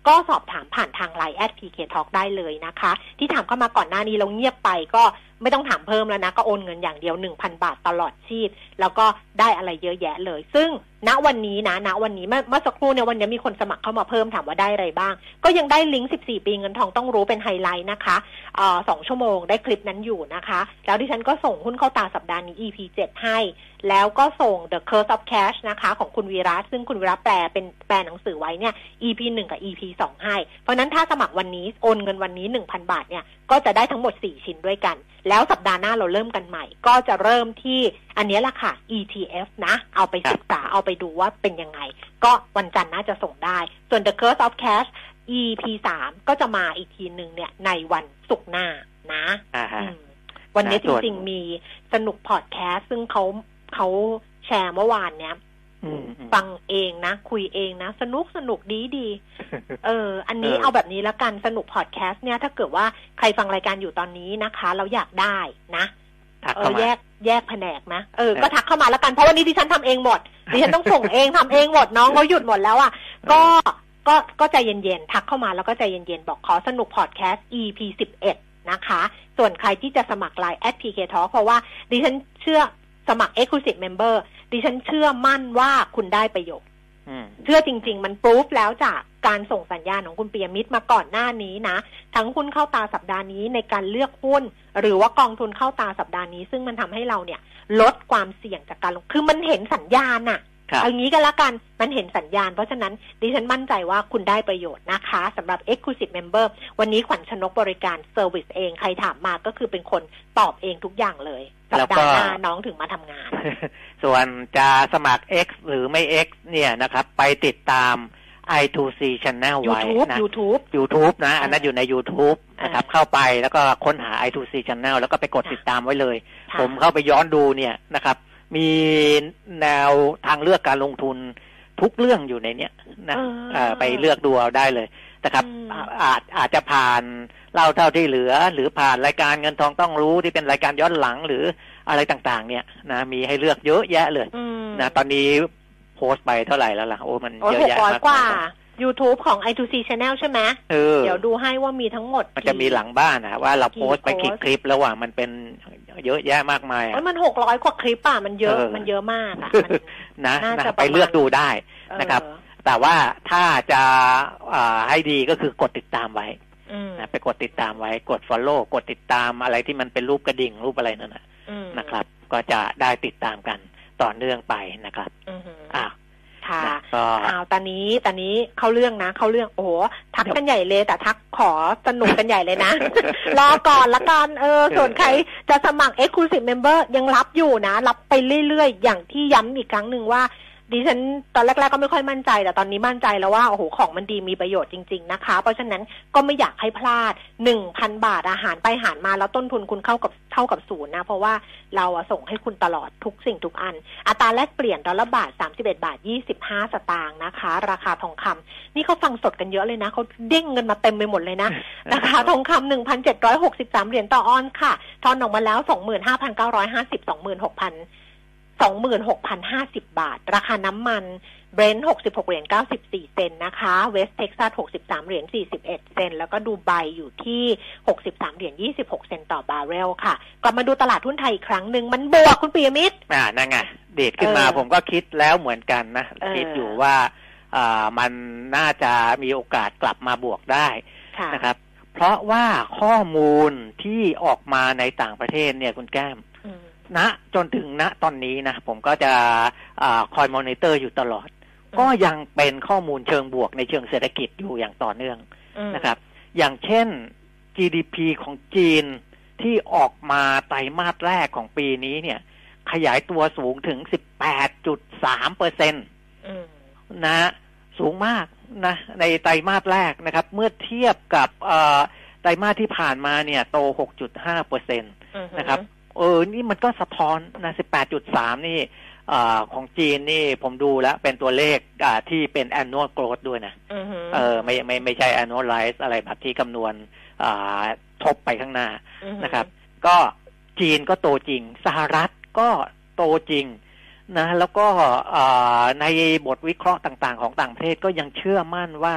ก็สอบถามผ่านทาง ไลน์ แอท พี เค ทอล์ก ได้เลยนะคะที่ถามเข้ามาก่อนหน้านี้เราเงียบไปก็ไม่ต้องถามเพิ่มแล้วนะก็โอนเงินอย่างเดียว หนึ่งพัน บาทตลอดชีพแล้วก็ได้อะไรเยอะแยะเลยซึ่งณวันนี้นะณวันนี้เมื่อเมื่อสักครู่เนี่ยวันนี้มีคนสมัครเข้ามาเพิ่มถามว่าได้อะไรบ้างก็ยังได้ลิงก์สิบสี่ปีเงินทองต้องรู้เป็นไฮไลท์นะคะเอ่อสองชั่วโมงได้คลิปนั้นอยู่นะคะแล้วดิฉันก็ส่งหุ้นเข้าตาสัปดาห์นี้ อี พี เจ็ดให้แล้วก็ส่ง The Curse of Cash นะคะของคุณวีระซึ่งคุณวีระแปลเป็นแปลหนังสือไว้เนี่ย อี พี หนึ่งกับ อี พี สองให้เพราะนั้นถ้าสมัครวันนี้โอนเงินวันนี้ หนึ่งพัน บาทเนี่ยก็จะได้ทั้งหมดสี่ชิ้นด้วยกันแล้วสัปดาห์หน้าเราเริ่มกันใหม่ก็จะเริ่มที่อันนี้แหละค่ะ อี ที เอฟ นะเอาไปศึกษาเอาไปดูว่าเป็นยังไงก็วันจันทร์น่าจะส่งได้ส่วน The Curse of Cash อี พี สามก็จะมาอีกทีนึงเนี่ยในวันศุกร์หน้านะวันนี้จริงๆมีสนุกพอดแคสต์ซึ่งเขาเขาแชร์เมื่อวานเนี้ยฟังเองนะคุยเองนะสนุกสนุกดีดีเอออันนี้เอาแบบนี้แล้วกันสนุกพอดแคสต์เนี่ยถ้าเกิดว่าใครฟังรายการอยู่ตอนนี้นะคะเราอยากได้นะเออแยกแยกแผนกนะเออก็ทักเข้ามาแล้วกันเพราะวันนี้ดิฉันทำเองหมดดิฉันต้องส่งเองทำเองหมดน้องเขาหยุดหมดแล้วอ่ะก็ก็ก็ใจเย็นๆทักเข้ามาแล้วก็ใจเย็นๆบอกขอสนุกพอดแคสต์ อี พี สิบเอ็ดนะคะส่วนใครที่จะสมัคร ไลน์ แอท พี เค ทอล์ก เพราะว่าดิฉันเชื่อสมัคร Exclusive Member ดิฉันเชื่อมั่นว่าคุณได้ประโยชน์เชื่อจริงๆมันพรูฟแล้วจากการส่งสัญญาณของคุณปิยมิตรมาก่อนหน้านี้นะทั้งหุ้นเข้าตาสัปดาห์นี้ในการเลือกหุ้นหรือว่ากองทุนเข้าตาสัปดาห์นี้ซึ่งมันทำให้เราเนี่ยลดความเสี่ยงจากการลงคือมันเห็นสัญญาณน่ะเอางี้กันละกันมันเห็นสัญญาณเพราะฉะนั้นดิฉันมั่นใจว่าคุณได้ประโยชน์นะคะสำหรับ Exclusive Member วันนี้ขวัญชนกบริการเซอร์วิสเองใครถามมาก็คือเป็นคนตอบเองทุกอย่างเลยสัปดาห์หน้าน้องถึงมาทำงานส่วนจะสมัคร X หรือไม่ X เนี่ยนะครับไปติดตาม ไอ ทู ซี Channel ไว้นะ YouTube YouTube นะอันนั้นอยู่ใน YouTube นะครับเข้าไปแล้วก็ค้นหา ไอ ทู ซี Channel แล้วก็ไปกดติดตามไว้เลยผมเข้าไปย้อนดูเนี่ยนะครับมีแนวทางเลือกการลงทุนทุกเรื่องอยู่ในเนี้ยนะไปเลือกดูเอาได้เลยนะครับอาจอาจจะผ่านเล่าเท่าที่เหลือหรือผ่านรายการเงินทองต้องรู้ที่เป็นรายการย้อนหลังหรืออะไรต่างๆเนี่ยนะมีให้เลือกเยอะแยะเลยนะตอนนี้โพสต์ไปเท่าไหร่แล้วล่ะโอ้มันเยอะแยะมากกว่า YouTube ของ ไอ ทู ซี Channel ใช่ไหมเออเดี๋ยวดูให้ว่ามีทั้งหมดมันจะมีหลังบ้านนะว่าเราโพสต์ไปกี่คลิปแล้วว่ามันเป็นเยอะแยะมากมายอ่ะมันหกร้อยกว่าคลิปอ่ะมันเยอะมันเยอะมากอ่ะนะไปเลือกดูได้นะครับแต่ว่าถ้าจะให้ดีก็คือกดติดตามไว้นะไปกดติดตามไว้กด follow กดติดตามอะไรที่มันเป็นรูปกระดิ่งรูปอะไรนั่นนะนะครับก็จะได้ติดตามกันต่อเนื่องไปนะครับอ่าค่ะอ้าวตอนนี้ตอนนี้เข้าเรื่องนะเข้าเรื่องโอ้โหทักกันใหญ่เลยแต่ทักขอสนุกกันใหญ่เลยนะ รอก่อนละกันเออส่วนใครจะสมัคร Exclusive Member ยังรับอยู่นะรับไปเรื่อยๆอย่างที่ย้ำอีกครั้งหนึ่งว่าดิฉันตอนแรกๆก็ไม่ค่อยมั่นใจแต่ตอนนี้มั่นใจแล้วว่าโอ้โหของมันดีมีประโยชน์จริงๆนะคะเพราะฉะนั้นก็ไม่อยากให้พลาด หนึ่งพัน บาทอาหารไปหารมาแล้วต้นทุนคุณเข้ากับเท่ากับศูนย์นะเพราะว่าเราส่งให้คุณตลอดทุกสิ่งทุกอันอัตราแลกเปลี่ยนดอลลาร์บาทสามสิบเอ็ดบาทยี่สิบห้าสตางค์นะคะราคาทองคำนี่เขาฟังสดกันเยอะเลยนะเขาเด้งเงินมาเต็มไปหมดเลยนะราคาทองคำ หนึ่งพันเจ็ดร้อยหกสิบสาม เหรียญต่อออนซ์ค่ะทอนออกมาแล้ว สองหมื่นห้าพันเก้าร้อยห้าสิบ สองหมื่นหกพันสองหมื่นหกพันห้าสิบ บาทราคาน้ำมันเบรนท์หกสิบหกเหรียญเก้าสิบสี่เซนต์นะคะเวสต์เท็กซัสหกสิบสามเหรียญสี่สิบเอ็ดเซนต์แล้วก็ดูไบอยู่ที่หกสิบสามเหรียญยี่สิบหกเซนต์ต่อบาร์เรลค่ะกลับมาดูตลาดหุ้นไทยอีกครั้งนึงมันบวกคุณปิยมิตรอ่านั่นไงเดทขึ้นมาผมก็คิดแล้วเหมือนกันนะคิดอยู่ว่าอ่ามันน่าจะมีโอกาสกลับมาบวกได้นะครับเพราะว่าข้อมูลที่ออกมาในต่างประเทศเนี่ยคุณแก้มณจนถึงณตอนนี้นะผมก็จะอ่าคอยมอนิเตอร์อยู่ตลอดก็ยังเป็นข้อมูลเชิงบวกในเชิงเศรษฐกิจอยู่อย่างต่อเนื่องนะครับอย่างเช่น จี ดี พี ของจีนที่ออกมาไตรมาสแรกของปีนี้เนี่ยขยายตัวสูงถึง สิบแปดจุดสามเปอร์เซ็นต์ นะสูงมากนะในไตรมาสแรกนะครับเมื่อเทียบกับไตรมาสที่ผ่านมาเนี่ยโต หกจุดห้าเปอร์เซ็นต์ นะครับเออนี่มันก็สะท้อนนะ สิบแปดจุดสาม นี่อ่าของจีนนี่ผมดูแล้วเป็นตัวเลขอ่าที่เป็น annual growth ด้วยนะเออไม่ไม่ไม่ใช่ annualize อะไรแบบที่คำนวณอ่าทบไปข้างหน้านะครับก็จีนก็โตจริงสหรัฐก็โตจริงนะแล้วก็อ่าในบทวิเคราะห์ต่างๆของต่างประเทศก็ยังเชื่อมั่นว่า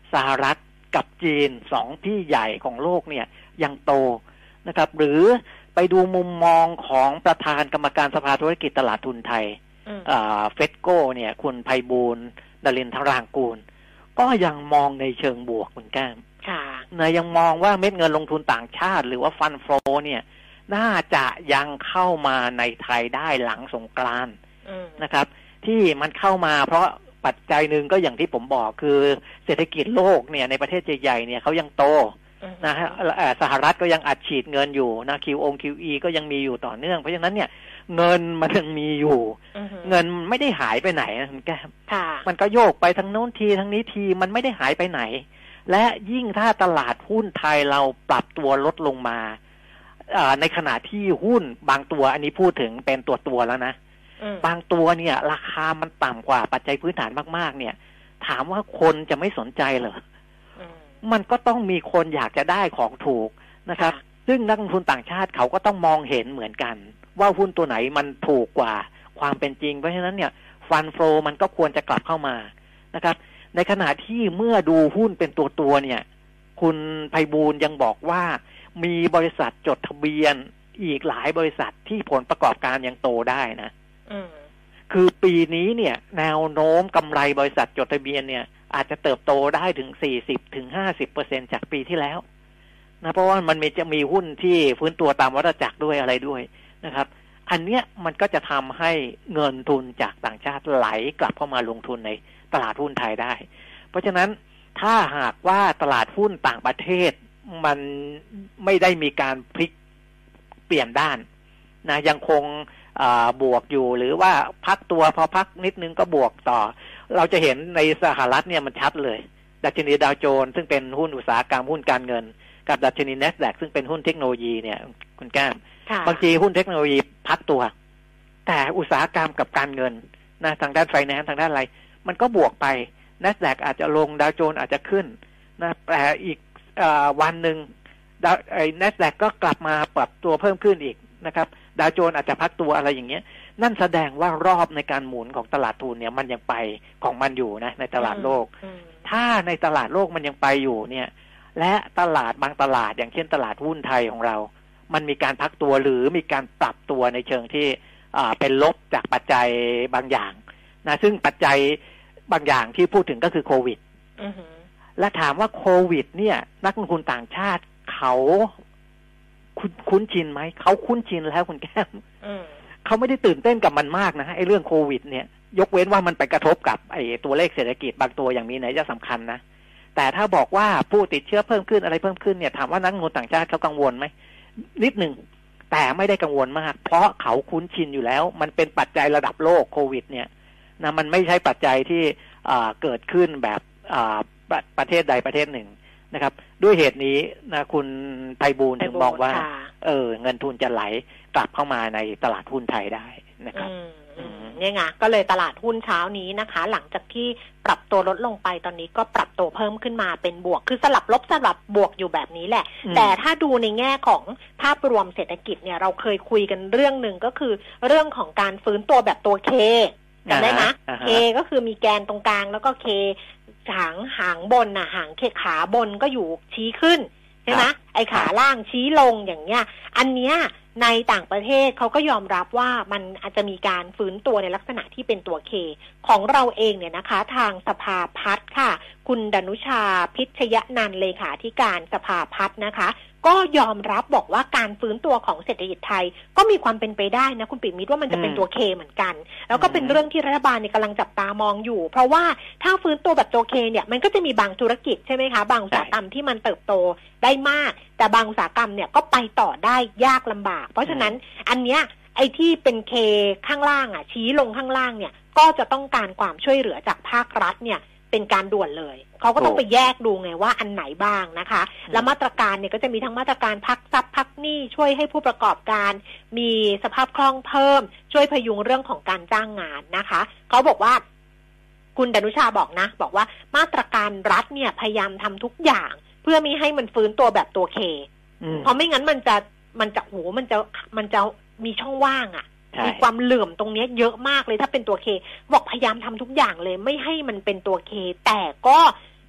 สหรัฐกับจีนสองที่ใหญ่ของโลกเนี่ยยังโตนะครับหรือไปดูมุมมองของประธานกรรมการสภาธุรกิจตลาดทุนไทยเฟดโก้เนี่ยคุณไพบูลย์นรินทรางกูลก็ยังมองในเชิงบวกเหมือนกันนะยังมองว่าเม็ดเงินลงทุนต่างชาติหรือว่าฟันโฟลเนี่ยน่าจะยังเข้ามาในไทยได้หลังสงกรานต์นะครับที่มันเข้ามาเพราะปัจจัยหนึ่งก็อย่างที่ผมบอกคือเศรษฐกิจโลกเนี่ยในประเทศใหญ่ๆเนี่ยเขายังโตนะฮะสหรัฐก็ยังอัดฉีดเงินอยู่นะ คิว โอ คิว อี ก็ยังมีอยู่ต่อเนื่องเพราะฉะนั้นเนี่ยเงินมันยังมีอยู่เงินไม่ได้หายไปไหนนะคุณแก้มมันก็โยกไปทั้งโน้นทีทั้งนี้ทีมันไม่ได้หายไปไหนและยิ่งถ้าตลาดหุ้นไทยเราปรับตัวลดลงมาในขณะที่หุ้นบางตัวอันนี้พูดถึงเป็นตัวตัวแล้วนะบางตัวเนี่ยราคามันต่ำกว่าปัจจัยพื้นฐานมากๆเนี่ยถามว่าคนจะไม่สนใจเหรอมันก็ต้องมีคนอยากจะได้ของถูกนะครับซึ่งนักลงทุนต่างชาติเขาก็ต้องมองเห็นเหมือนกันว่าหุ้นตัวไหนมันถูกกว่าความเป็นจริงเพราะฉะนั้นเนี่ยฟันโฟลมันก็ควรจะกลับเข้ามานะครับในขณะที่เมื่อดูหุ้นเป็นตัวตัวเนี่ยคุณไพบูลย์ยังบอกว่ามีบริษัทจดทะเบียนอีกหลายบริษัทที่ผลประกอบการยังโตได้นะคือปีนี้เนี่ยแนวโน้มกำไรบริษัทจดทะเบียนเนี่ยอาจจะเติบโตได้ถึง สี่สิบถึงห้าสิบเปอร์เซ็นต์ จากปีที่แล้วนะเพราะว่ามันมีจะมีหุ้นที่ฟื้นตัวตามวัฏจักรด้วยอะไรด้วยนะครับอันเนี้ยมันก็จะทำให้เงินทุนจากต่างชาติไหลกลับเข้ามาลงทุนในตลาดหุ้นไทยได้เพราะฉะนั้นถ้าหากว่าตลาดหุ้นต่างประเทศมันไม่ได้มีการพลิกเปลี่ยนด้านนะยังคงบวกอยู่หรือว่าพักตัวพอพักนิดนึงก็บวกต่อเราจะเห็นในสหรัฐเนี่ยมันชัดเลยดัชนีดาวโจนส์ซึ่งเป็นหุ้นอุตสาหกรรมหุ้นการเงินกับดัชนี NASDAQ ซึ่งเป็นหุ้นเทคโนโลยีเนี่ยคุณแก้มบางทีหุ้นเทคโนโลยีพักตัวแต่อุตสาหกรรมกับการเงินนะทางด้านไฟแนนซ์ทางด้านอะไรมันก็บวกไป NASDAQ อาจจะลงดาวโจนส์อาจจะขึ้นนะแต่อีกวันหนึ่งไอ้ NASDAQ ก็กลับมาปรับตัวเพิ่มขึ้นอีกนะครับดาวโจนส์อาจจะพักตัวอะไรอย่างเงี้ยนั่นแสดงว่ารอบในการหมุนของตลาดทุนเนี่ยมันยังไปของมันอยู่นะในตลาดโลกถ้าในตลาดโลกมันยังไปอยู่เนี่ยและตลาดบางตลาดอย่างเช่นตลาดหุ้นไทยของเรามันมีการพักตัวหรือมีการปรับตัวในเชิงที่เป็นลบจากปัจจัยบางอย่างนะซึ่งปัจจัยบางอย่างที่พูดถึงก็คือโควิดและถามว่าโควิดเนี่ยนักลงทุนต่างชาติเขาคุ้นชินไหมเขาคุ้นชินแล้วคุณแก้มเขาไม่ได้ตื่นเต้นกับมันมากนะไอ้เรื่องโควิดเนี่ยยกเว้นว่ามันไปกระทบกับไอ้ตัวเลขเศรษฐกิจบางตัวอย่างมีไหนจะสำคัญนะแต่ถ้าบอกว่าผู้ติดเชื้อเพิ่มขึ้นอะไรเพิ่มขึ้นเนี่ยถามว่านักลงทุนต่างชาติเขากังวลไหมนิดหนึ่งแต่ไม่ได้กังวลมากเพราะเขาคุ้นชินอยู่แล้วมันเป็นปัจจัยระดับโลกโควิดเนี่ยนะมันไม่ใช่ปัจจัยที่เกิดขึ้นแบบประเทศใดประเทศหนึ่งนะครับด้วยเหตุนี้นะคุณไพบูลย์ถึงมองว่าเออเงินทุนจะไหลกลับเข้ามาในตลาดหุ้นไทยได้นะครับเนี่ยไงก็เลยตลาดหุ้นเช้านี้นะคะหลังจากที่ปรับตัวลดลงไปตอนนี้ก็ปรับตัวเพิ่มขึ้นมาเป็นบวกคือสลับลบสลับบวกอยู่แบบนี้แหละแต่ถ้าดูในแง่ของภาพรวมเศรษฐกิจเนี่ยเราเคยคุยกันเรื่องหนึ่งก็คือเรื่องของการฟื้นตัวแบบตัวเคจำได้ไหมเคก็คือมีแกนตรงกลางแล้วก็เคหางหางบนน่ะหางเคขาบนก็อยู่ชี้ขึ้นใช่ไหมไอ้ขาล่างชี้ลงอย่างเงี้ยอันเนี้ยในต่างประเทศเขาก็ยอมรับว่ามันอาจจะมีการฟื้นตัวในลักษณะที่เป็นตัวเคของเราเองเนี่ยนะคะทางสภาพัฒน์ค่ะคุณดนุชาพิชยนันท์เลขาธิการสภาพัฒน์นะคะก็ยอมรับบอกว่าการฟื้นตัวของเศรษฐกิจไทยก็มีความเป็นไปได้นะคุณปิ่มมิตรว่ามันจะเป็นตัวเคเหมือนกันแล้วก็เป็นเรื่องที่รัฐบาลเนี่ยกำลังจับตามองอยู่เพราะว่าถ้าฟื้นตัวแบบตัวเคเนี่ยมันก็จะมีบางธุรกิจใช่ไหมคะบางอุตสาหกรรมที่มันเติบโตได้มากแต่บางอุตสาหกรรมเนี่ยก็ไปต่อได้ยากลำบากเพราะฉะนั้นอันเนี้ยไอ้ที่เป็นเคข้างล่างอ่ะชี้ลงข้างล่างเนี่ยก็จะต้องการความช่วยเหลือจากภาครัฐเนี่ยเป็นการด่วนเลยเขาก็ต้องไปแยกดูไงว่าอันไหนบ้างนะคะแล้วมาตรการเนี่ยก็จะมีทั้งมาตรการพักทรัพย์พักหนี้ช่วยให้ผู้ประกอบการมีสภาพคล่องเพิ่มช่วยพยุงเรื่องของการจ้างงานนะคะเขาบอกว่าคุณดนุชาบอกนะบอกว่ามาตรการรัฐเนี่ยพยายามทำทุกอย่างเพื่อไม่ให้มันฟื้นตัวแบบตัวเคเพราะไม่งั้นมันจะมันจะโหมันจะมันจะมีช่องว่างอ่ะมีความเหลื่อมตรงนี้เยอะมากเลยถ้าเป็นตัวเคบอกพยายามทำทุกอย่างเลยไม่ให้มันเป็นตัวเคแต่ก็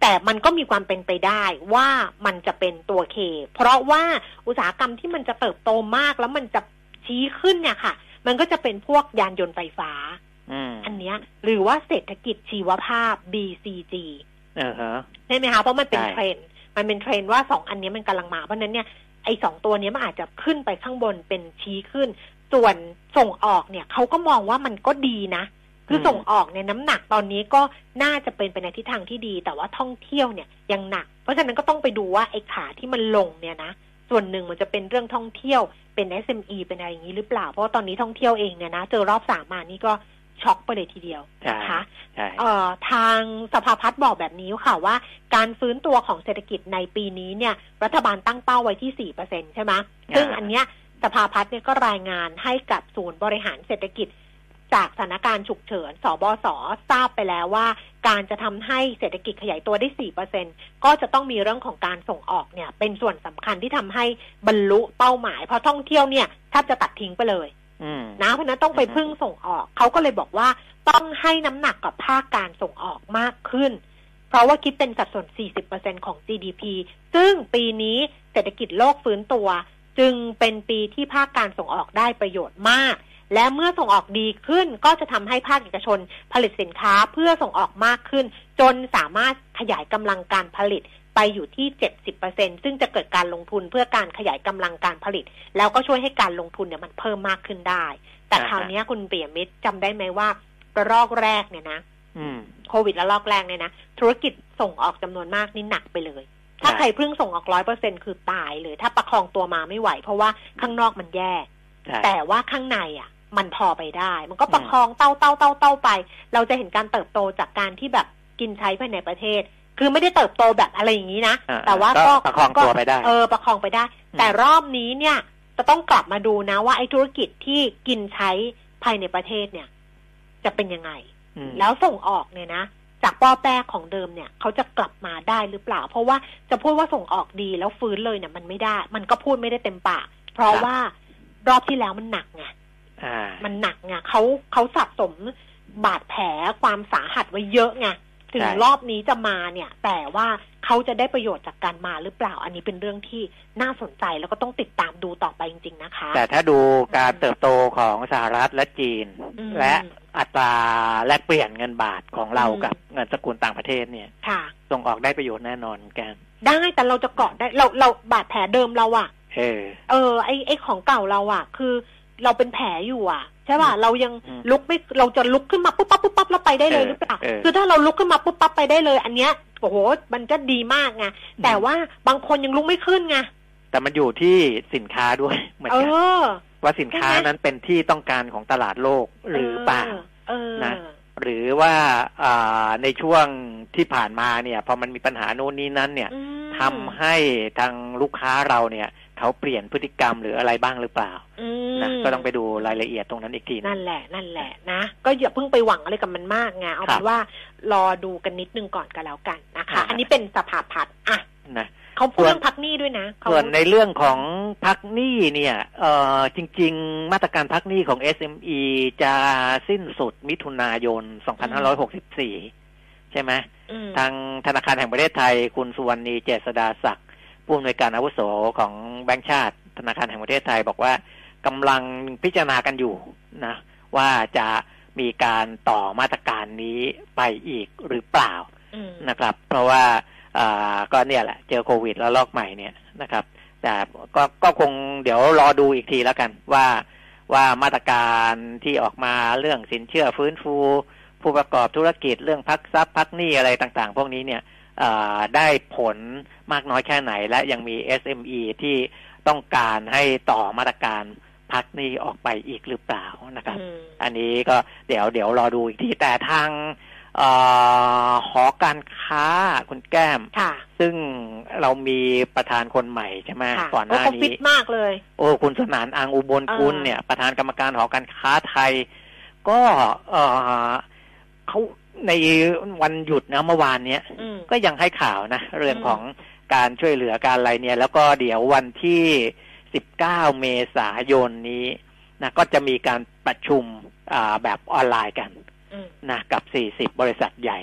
แต่มันก็มีความเป็นไปได้ว่ามันจะเป็นตัว K เพราะว่าอุตสาหกรรมที่มันจะเติบโตมากแล้วมันจะชี้ขึ้นเนี่ยค่ะมันก็จะเป็นพวกยานยนต์ไฟฟ้าอันเนี้ยหรือว่าเศรษฐกิจชีวภาพ บี ซี จีอ่าฮะใช่ไหมคะเพราะมันเป็นเทรนด์มันเป็นเทรนด์ว่าสองอันนี้มันกำลังมาเพราะนั้นเนี่ยไอ้สองตัวนี้มันอาจจะขึ้นไปข้างบนเป็นชี้ขึ้นส่วนส่งออกเนี่ยเขาก็มองว่ามันก็ดีนะคือส่งออกเนี่ยน้ำหนักตอนนี้ก็น่าจะเป็นไปในทิศทางที่ดีแต่ว่าท่องเที่ยวเนี่ยยังหนักเพราะฉะนั้นก็ต้องไปดูว่าไอ้ขาที่มันลงเนี่ยนะส่วนหนึ่งมันจะเป็นเรื่องท่องเที่ยวเป็น เอส เอ็ม อี เป็นอะไรอย่างนี้หรือเปล่าเพราะว่าตอนนี้ท่องเที่ยวเองเนี่ยนะเจอรอบสามมานี่ก็ช็อกไปเลยทีเดียวนะคะเอ่อทางสภาพัฒน์บอกแบบนี้ค่ะว่าการฟื้นตัวของเศรษฐกิจในปีนี้เนี่ยรัฐบาลตั้งเป้าไว้ที่ สี่เปอร์เซ็นต์ ใช่ไหมซึ่งอันเนี้ยสภาพัฒน์เนี่ยก็รายงานให้กับศูนย์บริหารเศรษฐกิจจากสถานการณ์ฉุกเฉินสบสทราบไปแล้วว่าการจะทำให้เศรษฐกิจขยายตัวได้ สี่เปอร์เซ็นต์ ก็จะต้องมีเรื่องของการส่งออกเนี่ยเป็นส่วนสำคัญที่ทำให้บรรลุเป้าหมายเพราะท่องเที่ยวเนี่ยแทบจะตัดทิ้งไปเลยนะเพราะนั้นต้องไปพึ่งส่งออกเขาก็เลยบอกว่าต้องให้น้ำหนักกับภาคการส่งออกมากขึ้นเพราะว่าคิดเป็นสัดส่วน สี่สิบเปอร์เซ็นต์ ของ จี ดี พี ซึ่งปีนี้เศรษฐกิจโลกฟื้นตัวจึงเป็นปีที่ภาคการส่งออกได้ประโยชน์มากและเมื่อส่งออกดีขึ้นก็จะทำให้ภาคเอกชนผลิตสินค้าเพื่อส่งออกมากขึ้นจนสามารถขยายกำลังการผลิตไปอยู่ที่ เจ็ดสิบเปอร์เซ็นต์ ซึ่งจะเกิดการลงทุนเพื่อการขยายกำลังการผลิตแล้วก็ช่วยให้การลงทุนเนี่ยมันเพิ่มมากขึ้นได้แต่คราวนี้คุณเปี่ยมิตรจำได้ไหมว่าระลอกแรกเนี่ยนะโควิดระลอกแรกเนี่ยนะธุรกิจส่งออกจำนวนมากนี่หนักไปเลยถ้าใครเพิ่งส่งออก ร้อยเปอร์เซ็นต์ คือตายเลยถ้าประคองตัวมาไม่ไหวเพราะว่าข้างนอกมันแย่แต่ว่าข้างในอ่ะมันพอไปได้มันก็ประคองเต้าเต้าเต้าเต้าไปเราจะเห็นการเติบโตจากการที่แบบกินใช้ภายในประเทศคือไม่ได้เติบโตแบบอะไรอย่างนี้นะแต่ว่าก็ประคองตัวไปได้เออประคองไปได้แต่รอบนี้เนี่ยจะต้องกลับมาดูนะว่าไอ้ธุรกิจที่กินใช้ภายในประเทศเนี่ยจะเป็นยังไงแล้วส่งออกเนี่ยนะจากป้อแป้ของเดิมเนี่ยเขาจะกลับมาได้หรือเปล่าเพราะว่าจะพูดว่าส่งออกดีแล้วฟื้นเลยเนี่ยมันไม่ได้มันก็พูดไม่ได้เต็มปากเพราะว่ารอบที่แล้วมันหนักไงมันหนักไงเขาเขาสะสมบาดแผลความสาหัสไว้เยอะไงถึงรอบนี้จะมาเนี่ยแต่ว่าเขาจะได้ประโยชน์จากการมาหรือเปล่าอันนี้เป็นเรื่องที่น่าสนใจแล้วก็ต้องติดตามดูต่อไปจริงๆนะคะแต่ถ้าดูการเติบโตของสหรัฐและจีนและอัตราแลกเปลี่ยนเงินบาทของเรากับเงินสกุลต่างประเทศเนี่ยส่งออกได้ประโยชน์แน่นอนกันได้แต่เราจะเกาะได้เราเราบาดแผลเดิมเราอ่ะเออเออไอไอของเก่าเราอ่ะคือเราเป็นแผลอยู่อ่ะใช่ป่ะเรายังลุกไม่เราจะลุกขึ้นมาปุ๊บปั๊บปุ๊บปั๊บแล้วไปได้เลยหรือเปล่าคือถ้าเราลุกขึ้นมาปุ๊บปั๊บไปได้เลยอันเนี้ยโอ้โหมันก็ดีมากไงแต่ว่าบางคนยังลุกไม่ขึ้นไงแต่มันอยู่ที่สินค้าด้วยเหมือนกันว่าสินค้านั้นเป็นที่ต้องการของตลาดโลกหรือเปล่านะหรือว่าในช่วงที่ผ่านมาเนี่ยพอมันมีปัญหาโน่นนี้นั้นเนี่ยทำให้ทางลูกค้าเราเนี่ยเขาเปลี่ยนพฤติกรรมหรืออะไรบ้างหรือเปล่านะก็ต้องไปดูรายละเอียดตรงนั้นอีกทีนั่นแหละนั่นแหละนะก็อย่าเพิ่งไปหวังอะไรกับมันมากไงเอาเป็นว่ารอดูกันนิดนึงก่อนกันแล้วกันนะคะอันนี้เป็นสภาพัฒน์อ่ะนะเขาพูดเรื่องพักหนี้ด้วยนะส่วนในเรื่องของพักหนี้เนี่ยเอ่อจริงๆมาตรการพักหนี้ของ เอส เอ็ม อี จะสิ้นสุดมิถุนายนสองพันห้าร้อยหกสิบสี่ใช่ไหมทางธนาคารแห่งประเทศไทยคุณสุวรรณีเจษฎาศักดิ์ผู้อำนวยการอาวุโสของแบงก์ชาติธนาคารแห่งประเทศไทยบอกว่ากำลังพิจารณากันอยู่นะว่าจะมีการต่อมาตรการนี้ไปอีกหรือเปล่านะครับเพราะว่าอ่าก็เนี่ยแหละเจอโควิดแล้วลอกใหม่เนี่ยนะครับแต่ก็ก็คงเดี๋ยวรอดูอีกทีแล้วกันว่าว่ามาตรการที่ออกมาเรื่องสินเชื่อฟื้นฟูผู้ประกอบธุรกิจเรื่องพักทรัพย์พักหนี้อะไรต่างๆพวกนี้เนี่ยได้ผลมากน้อยแค่ไหนและยังมี เอส เอ็ม อี ที่ต้องการให้ต่อมาตรการพักหนี้ออกไปอีกหรือเปล่านะครับอันนี้ก็เดี๋ยวเดี๋ยวรอดูอีกทีแต่ทางหอการค้าคุณแก้มซึ่งเรามีประธานคนใหม่ใช่ไหมก่อนหน้านี้ฟิตมากเลยโอ้คุณสนานอังอุบลกุลเนี่ยประธานกรรมการหอการค้าไทยก็เขาในวันหยุดนะเมื่อวานเนี้ยก็ยังให้ข่าวนะเรื่องของการช่วยเหลือการอะไรเนี่ยแล้วก็เดี๋ยววันที่สิบเก้าเมษายนนี้นะก็จะมีการประชุมแบบออนไลน์กันนะกับสี่สิบบริษัทใหญ่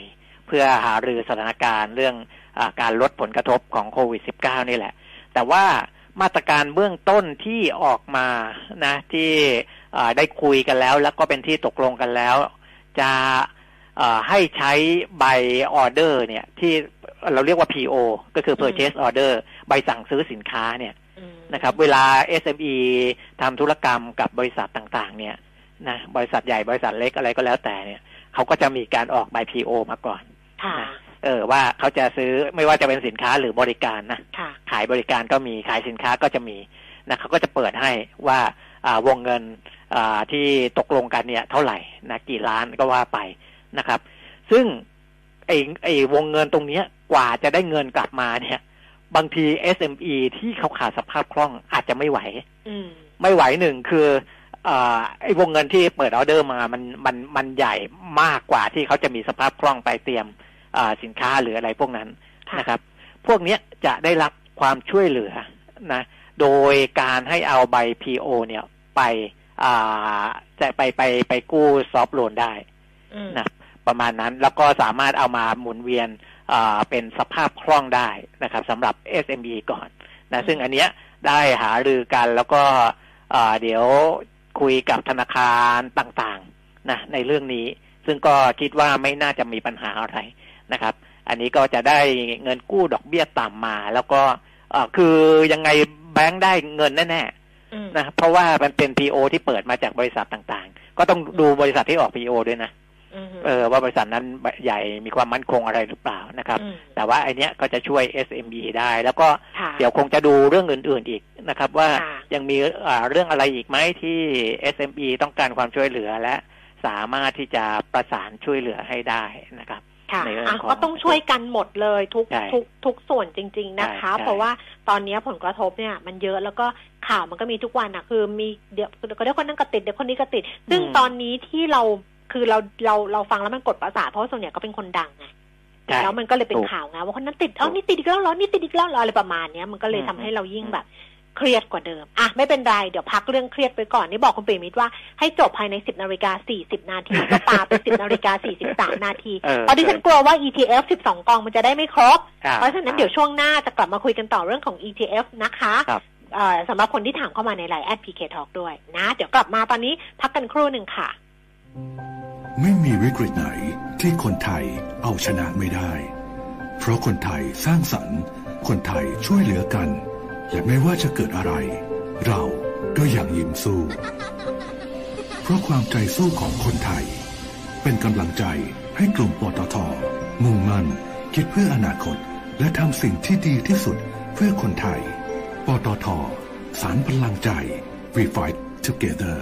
เพื่อหารือสถานการณ์เรื่องอ่าการลดผลกระทบของโควิด สิบเก้า นี่แหละแต่ว่ามาตรการเบื้องต้นที่ออกมานะที่ได้คุยกันแล้วแล้วก็เป็นที่ตกลงกันแล้วจะให้ใช้ใบออเดอร์เนี่ยที่เราเรียกว่า พี โอ ก็คือ Purchase Order ใบสั่งซื้อสินค้าเนี่ยนะครับเวลา เอส เอ็ม อี ทำธุรกรรมกับบริษัทต่างๆเนี่ยนะบริษัทใหญ่บริษัทเล็กอะไรก็แล้วแต่เนี่ยเขาก็จะมีการออกใบ พี โอ มาก่อนนะเออว่าเขาจะซื้อไม่ว่าจะเป็นสินค้าหรือบริการนะขายบริการก็มีขายสินค้าก็จะมีนะเขาก็จะเปิดให้ว่าอ่าวงเงินอ่าที่ตกลงกันเนี่ยเท่าไหร่นะกี่ล้านก็ว่าไปนะครับซึ่งไอ้ไอ้วงเงินตรงนี้กว่าจะได้เงินกลับมาเนี่ยบางที เอส เอ็ม อี ที่เขาขาดสภาพคล่องอาจจะไม่ไหวไม่ไหวหนึ่งคืออ่าไอ้วงเงินที่เปิดออเดอร์มามันมันมันใหญ่มากกว่าที่เขาจะมีสภาพคล่องไปเตรียมสินค้าหรืออะไรพวกนั้นนะครับพวกนี้จะได้รับความช่วยเหลือนะโดยการให้เอาใบ พี โอ เนี่ยไปจะไปไปไปกู้ซอฟท์โลนได้นะประมาณนั้นแล้วก็สามารถเอามาหมุนเวียนเป็นสภาพคล่องได้นะครับสำหรับ เอส เอ็ม อี ก่อนนะซึ่งอันเนี้ยได้หารือกันแล้วก็เดี๋ยวคุยกับธนาคารต่างๆนะในเรื่องนี้ซึ่งก็คิดว่าไม่น่าจะมีปัญหาอะไรนะครับอันนี้ก็จะได้เงินกู้ดอกเบี้ยต่ำมาแล้วก็คือยังไงแบงค์ได้เงินแน่ๆนะเพราะว่ามันเป็น พี โอ ที่เปิดมาจากบริษัทต่างๆก็ต้องดูบริษัทที่ออก พี โอ ด้วยนะเออว่าบริษัทนั้นใหญ่มีความมั่นคงอะไรหรือเปล่านะครับแต่ว่าไอเนี้ยก็จะช่วย เอส เอ็ม อี ได้แล้วก็เดี๋ยวคงจะดูเรื่องอื่นๆอีกนะครับว่ายังมีเรื่องอะไรอีกไหมที่ เอส เอ็ม อี ต้องการความช่วยเหลือและสามารถที่จะประสานช่วยเหลือให้ได้นะครับค่ะก็ต้องช่วยกันหมดเลยทุกทุกทุกส่วนจริงๆนะคะเพราะว่าตอนนี้ผลกระทบเนี่ยมันเยอะแล้วก็ข่าวมันก็มีทุกวันอ่ะคือมีเดี๋ยวเดี๋ยวคนนั้นก็ติดเดี๋ยวคนนี้ก็ติดซึ่งตอนนี้ที่เราคือเราเราเราฟังแล้วมันกดประสาทเพราะส่วนใหญ่ก็เป็นคนดังไงแล้วมันก็เลยเป็นข่าวไงว่าคนนั้นติดเอ้านี่ติดอีกแล้วเหรอนี่ติดอีกแล้วเหรออะไรประมาณนี้มันก็เลยทำให้เรายิ่งแบบเครียดกว่าเดิมอ่ะไม่เป็นไรเดี๋ยวพักเรื่องเครียดไปก่อนนี่บอกคุณปิ่มมิตรว่าให้จบภายในสิบนาฬิกาสี่สิบนาทีก็ปาไปสิบนาฬิกาสี่สิบสามนาทีเพราะดิฉันกลัวว่า อี ที เอฟ สิบสองกองมันจะได้ไม่ครบเพราะฉะนั้นเดี๋ยวช่วงหน้าจะกลับมาคุยกันต่อเรื่องของ อี ที เอฟ นะคะสำหรับคนที่ถามเข้ามาในไลน์ แอท พี เค Talk ด้วยนะเดี๋ยวกลับมาตอนนี้พักกันครู่นึงค่ะไม่มีวิกฤตไหนที่คนไทยเอาชนะไม่ได้เพราะคนไทยสร้างสรรค์คนไทยช่วยเหลือกันและไม่ว่าจะเกิดอะไรเราก็ยังยิ้มสู้เพราะความใจสู้ของคนไทยเป็นกำลังใจให้กลุ่มปตท.มุ่งมั่นคิดเพื่ออนาคตและทำสิ่งที่ดีที่สุดเพื่อคนไทยปตท.สานพลังใจ We Fight Together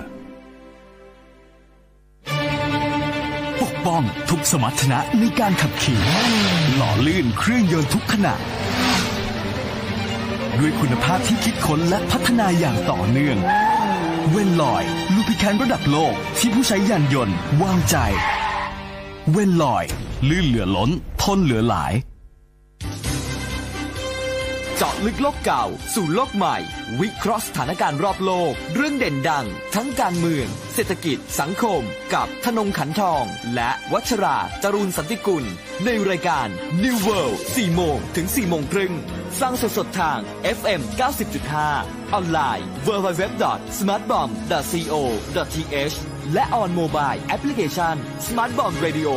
ปกป้องทุกสมรรถนะในการขับขี่หล่อลื่นเครื่องยนต์ทุกขณะด้วยคุณภาพที่คิดค้นและพัฒนาอย่างต่อเนื่องเวนลอยลูพิแคนระดับโลกที่ผู้ใช้ยานยนต์วางใจเวนลอยลื่นเหลือล้นทนเหลือหลายเจาะลึกโลกเก่าสู่โลกใหม่วิเคราะห์สถานการณ์รอบโลกเรื่องเด่นดังทั้งการเมืองเศรษฐกิจสังคมกับธนงขันทองและวัชราจรูนสันติกุลในรายการ New World สี่โมงถึงสี่โมงครึ่งฟังสดๆทาง เอฟ เอ็ม เก้าสิบจุดห้า ออนไลน์ ดับเบิลยู ดับเบิลยู ดับเบิลยู ดอท สมาร์ทบอม ดอท ซี โอ ดอท ที เอช และ on mobile application Smart Bomb Radio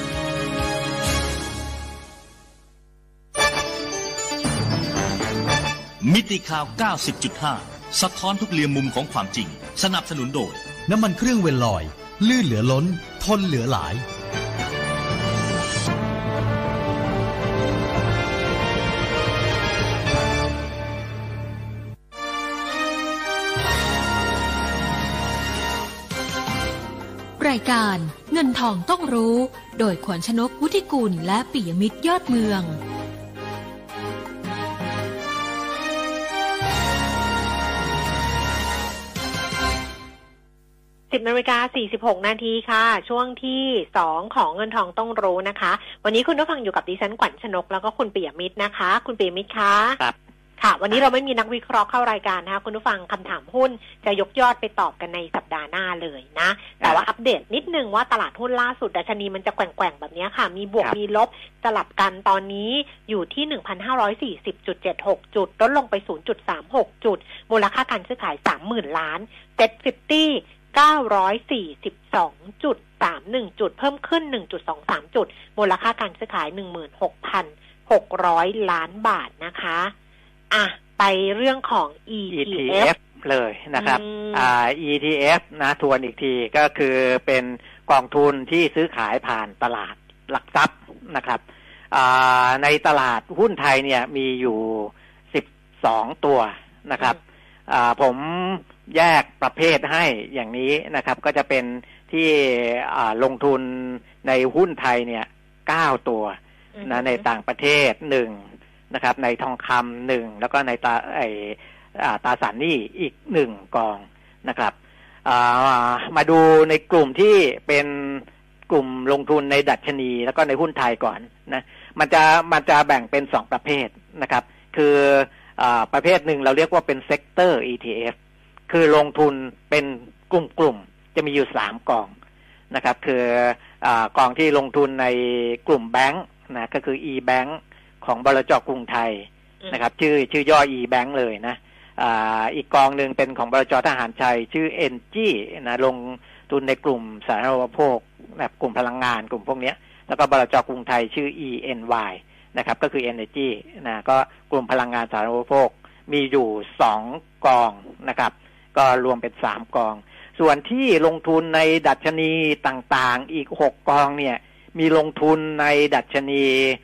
มิติข่าว เก้าสิบจุดห้า สะท้อนทุกเหลี่ยมมุมของความจริงสนับสนุนโดยน้ำมันเครื่องเวนลอยลื่นเหลือล้นทนเหลือหลายรายการเงินทองต้องรู้โดยขวัญชนกวุฒิกุลและปิยมิตรยอดเมืองสิบนาฬิกาสี่สิบหกนาทีค่ะช่วงที่สองของเงินทองต้องรู้นะคะวันนี้คุณผู้ฟังอยู่กับดิฉันขวัญชนกแล้วก็คุณปิยมิตรนะคะคุณปิยมิตรคะครับค่ะวันนี้เราไม่มีนักวิเคราะห์เข้ารายการนะคะคุณผู้ฟังคำถามหุ้นจะยกยอดไปตอบกันในสัปดาห์หน้าเลยนะแต่ว่าอัปเดตนิดนึงว่าตลาดหุ้นล่าสุดดัชนีมันจะแกว่งๆแบบนี้ค่ะมีบวกมีลบสลับกันตอนนี้อยู่ที่ หนึ่งพันห้าร้อยสี่สิบจุดเจ็ดหก จุดลดลงไป ศูนย์จุดสามหก จุดมูลค่าการซื้อขาย สามหมื่น ล้านเซ็ตห้าสิบ เก้าร้อยสี่สิบสองจุดสามหนึ่ง จุดเพิ่มขึ้น หนึ่งจุดสองสาม จุดมูลค่าการซื้อขาย หนึ่งหมื่นหกพันหกร้อย ล้านบาทนะคะอ่ะไปเรื่องของ อี ที เอฟเลยนะครับอ่า อี ที เอฟ นะทวนอีกทีก็คือเป็นกองทุนที่ซื้อขายผ่านตลาดหลักทรัพย์นะครับอ่าในตลาดหุ้นไทยเนี่ยมีอยู่สิบสองตัวนะครับอ่าผมแยกประเภทให้อย่างนี้นะครับก็จะเป็นที่อ่าลงทุนในหุ้นไทยเนี่ยเก้าตัวนะในต่างประเทศหนึ่งนะครับในทองคำหนึ่งแล้วก็ในตาไอตราสารหนี้อีกหนึ่งกองนะครับมาดูในกลุ่มที่เป็นกลุ่มลงทุนในดัชนีแล้วก็ในหุ้นไทยก่อนนะมันจะมันจะแบ่งเป็นสองประเภทนะครับคืออประเภทหนึ่งเราเรียกว่าเป็นเซกเตอร์ อี ที เอฟ คือลงทุนเป็นกลุ่มๆจะมีอยู่สามกองนะครับคืออกองที่ลงทุนในกลุ่มแบงค์นะก็คือ E-Bank ของบลจ.กรุงไทยนะครับชื่อชื่อย่อ E-Bank เลยนะอ่าอีกกองหนึ่งเป็นของบลจ.ทหารชัยชื่อ เอ็น จี นะลงทุนในกลุ่มสาธารณูปโภคแบบกลุ่มพลังงานกลุ่มพวกนี้แล้วก็บลจ.กรุงไทยชื่อ อี เอ็น วาย นะครับก็คือ Energy นะก็กลุ่มพลังงานสาธารณูปโภคมีอยู่สองกองนะครับก็รวมเป็นสามกองส่วนที่ลงทุนในดัชนีต่างๆอีกหกกองเนี่ยมีลงทุนในดัชนี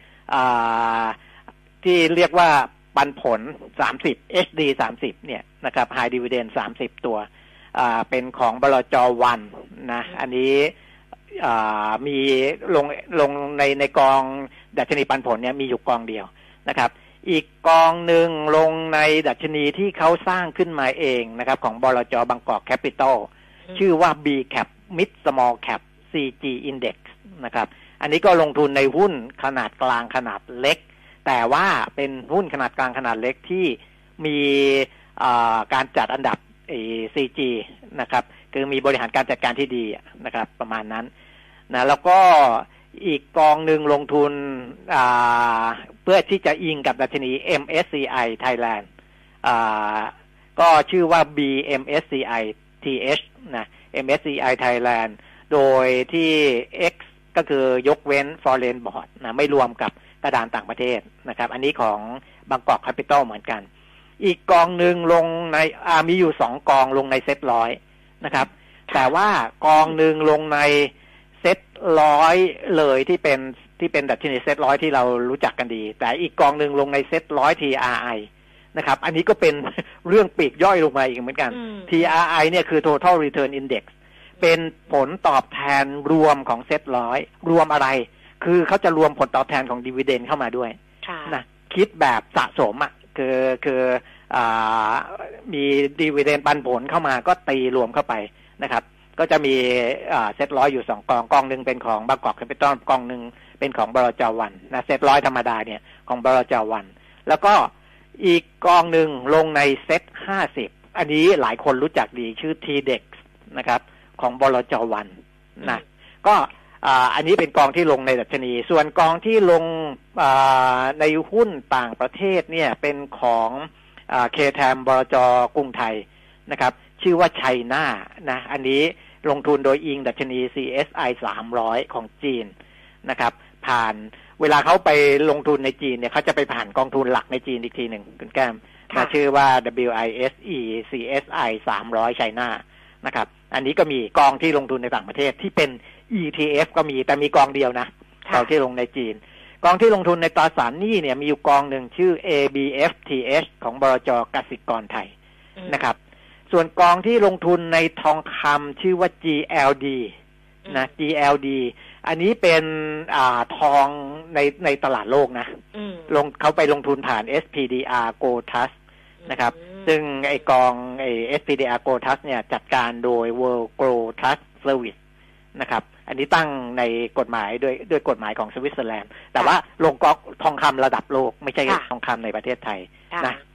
ที่เรียกว่าปันผลสามสิบ เอช ดี สามสิบเนี่ยนะครับ High Dividend สามสิบตัวเป็นของบลจ.วันนะอันนี้มีลงลงในในกองดัชนีปันผลเนี่ยมีอยู่กองเดียวนะครับอีกกองหนึ่งลงในดัชนีที่เขาสร้างขึ้นมาเองนะครับของบลจ.บางกอกแคปิตอลชื่อว่า B Cap Mid Small Cap ซี จี Index นะครับอันนี้ก็ลงทุนในหุ้นขนาดกลางขนาดเล็กแต่ว่าเป็นหุ้นขนาดกลางขนาดเล็กที่มีการจัดอันดับ ซี จี นะครับคือมีบริหารการจัดการที่ดีนะครับประมาณนั้นนะแล้วก็อีกกองหนึ่งลงทุนเพื่อที่จะอิงกับดัชนี เอ็ม เอส ซี ไอ Thailand ก็ชื่อว่า บี เอ็ม เอส ซี ไอ ที เอช นะ เอ็ม เอส ซี ไอ Thailand โดยที่ X ก็คือยกเว้น Foreign Board นะไม่รวมกับกระดานต่างประเทศนะครับอันนี้ของบางกอกแคปิตอลเหมือนกันอีกกองหนึ่งลงในมีอยู่สองกองลงในเซ็ตร้อยนะครับแต่ว่ากองหนึ่งลงในเซ็ตร้อยเลยที่เป็นที่เป็นดัชนีเซ็ตร้อยที่เรารู้จักกันดีแต่อีกกองหนึ่งลงในเซ็ตร้อย ที อาร์ ไอ นะครับอันนี้ก็เป็นเรื่องปลีกย่อยลงมาอีกเหมือนกัน ที อาร์ ไอ เนี่ยคือ Total Return Index เป็นผลตอบแทนรวมของเซ็ตร้อยรวมอะไรคือเขาจะรวมผลตอบแทนของดิวิเดนด์เข้ามาด้วยนะคิดแบบสะสมอ่ะคือคืออ่ามีดิวิเดนด์ปันผลเข้ามาก็ตีรวมเข้าไปนะครับก็จะมีอ่าเซ็ตร้อยอยู่สองกองกองนึงเป็นของบางกอกแคปิตอลกองนึงเป็นของบลจ.วันนะเซ็ตร้อยธรรมดาเนี่ยของบลจ.วันแล้วก็อีกกองนึงลงในเซ็ตห้าสิบอันนี้หลายคนรู้จักดีชื่อ ที เด็กซ์ นะครับของบลจ.วันนะก็อันนี้เป็นกองที่ลงในดัชนีส่วนกองที่ลงในหุ้นต่างประเทศเนี่ยเป็นของเคแทมบลจ.กรุงไทยนะครับชื่อว่าไชน่านะอันนี้ลงทุนโดยอิงดัชนี ซี เอส ไอ สามร้อยของจีนนะครับผ่านเวลาเขาไปลงทุนในจีนเนี่ยเขาจะไปผ่านกองทุนหลักในจีนอีกทีหนึ่งคุณแก้มนะชื่อว่า ดับเบิลยู ไอ เอส อี ซี เอส ไอ สามร้อยไชน่านะครับอันนี้ก็มีกองที่ลงทุนในต่างประเทศที่เป็น อี ที เอฟ ก็มีแต่มีกองเดียวนะกองที่ลงในจีนกองที่ลงทุนในตราสารหนี้เนี่ยมีอยู่กองหนึ่งชื่อ เอ บี เอฟ ที เอช ของบลจ.กสิกรไทยนะครับส่วนกองที่ลงทุนในทองคำชื่อว่า จี แอล ดี นะ จี แอล ดี อันนี้เป็นอ่าทองในในตลาดโลกนะลงเขาไปลงทุนผ่าน เอส พี ดี อาร์ Gold Trust นะครับซึ่งไอกองไอ เอส พี ดี อาร์ Gold Trust เนี่ยจัดการโดย World Gold Trust Service นะครับอันนี้ตั้งในกฎหมายด้วยด้วยกฎหมายของสวิตเซอร์แลนด์แต่ว่าลงกองทองคำระดับโลกไม่ใช่ทองคำในประเทศไทยนะ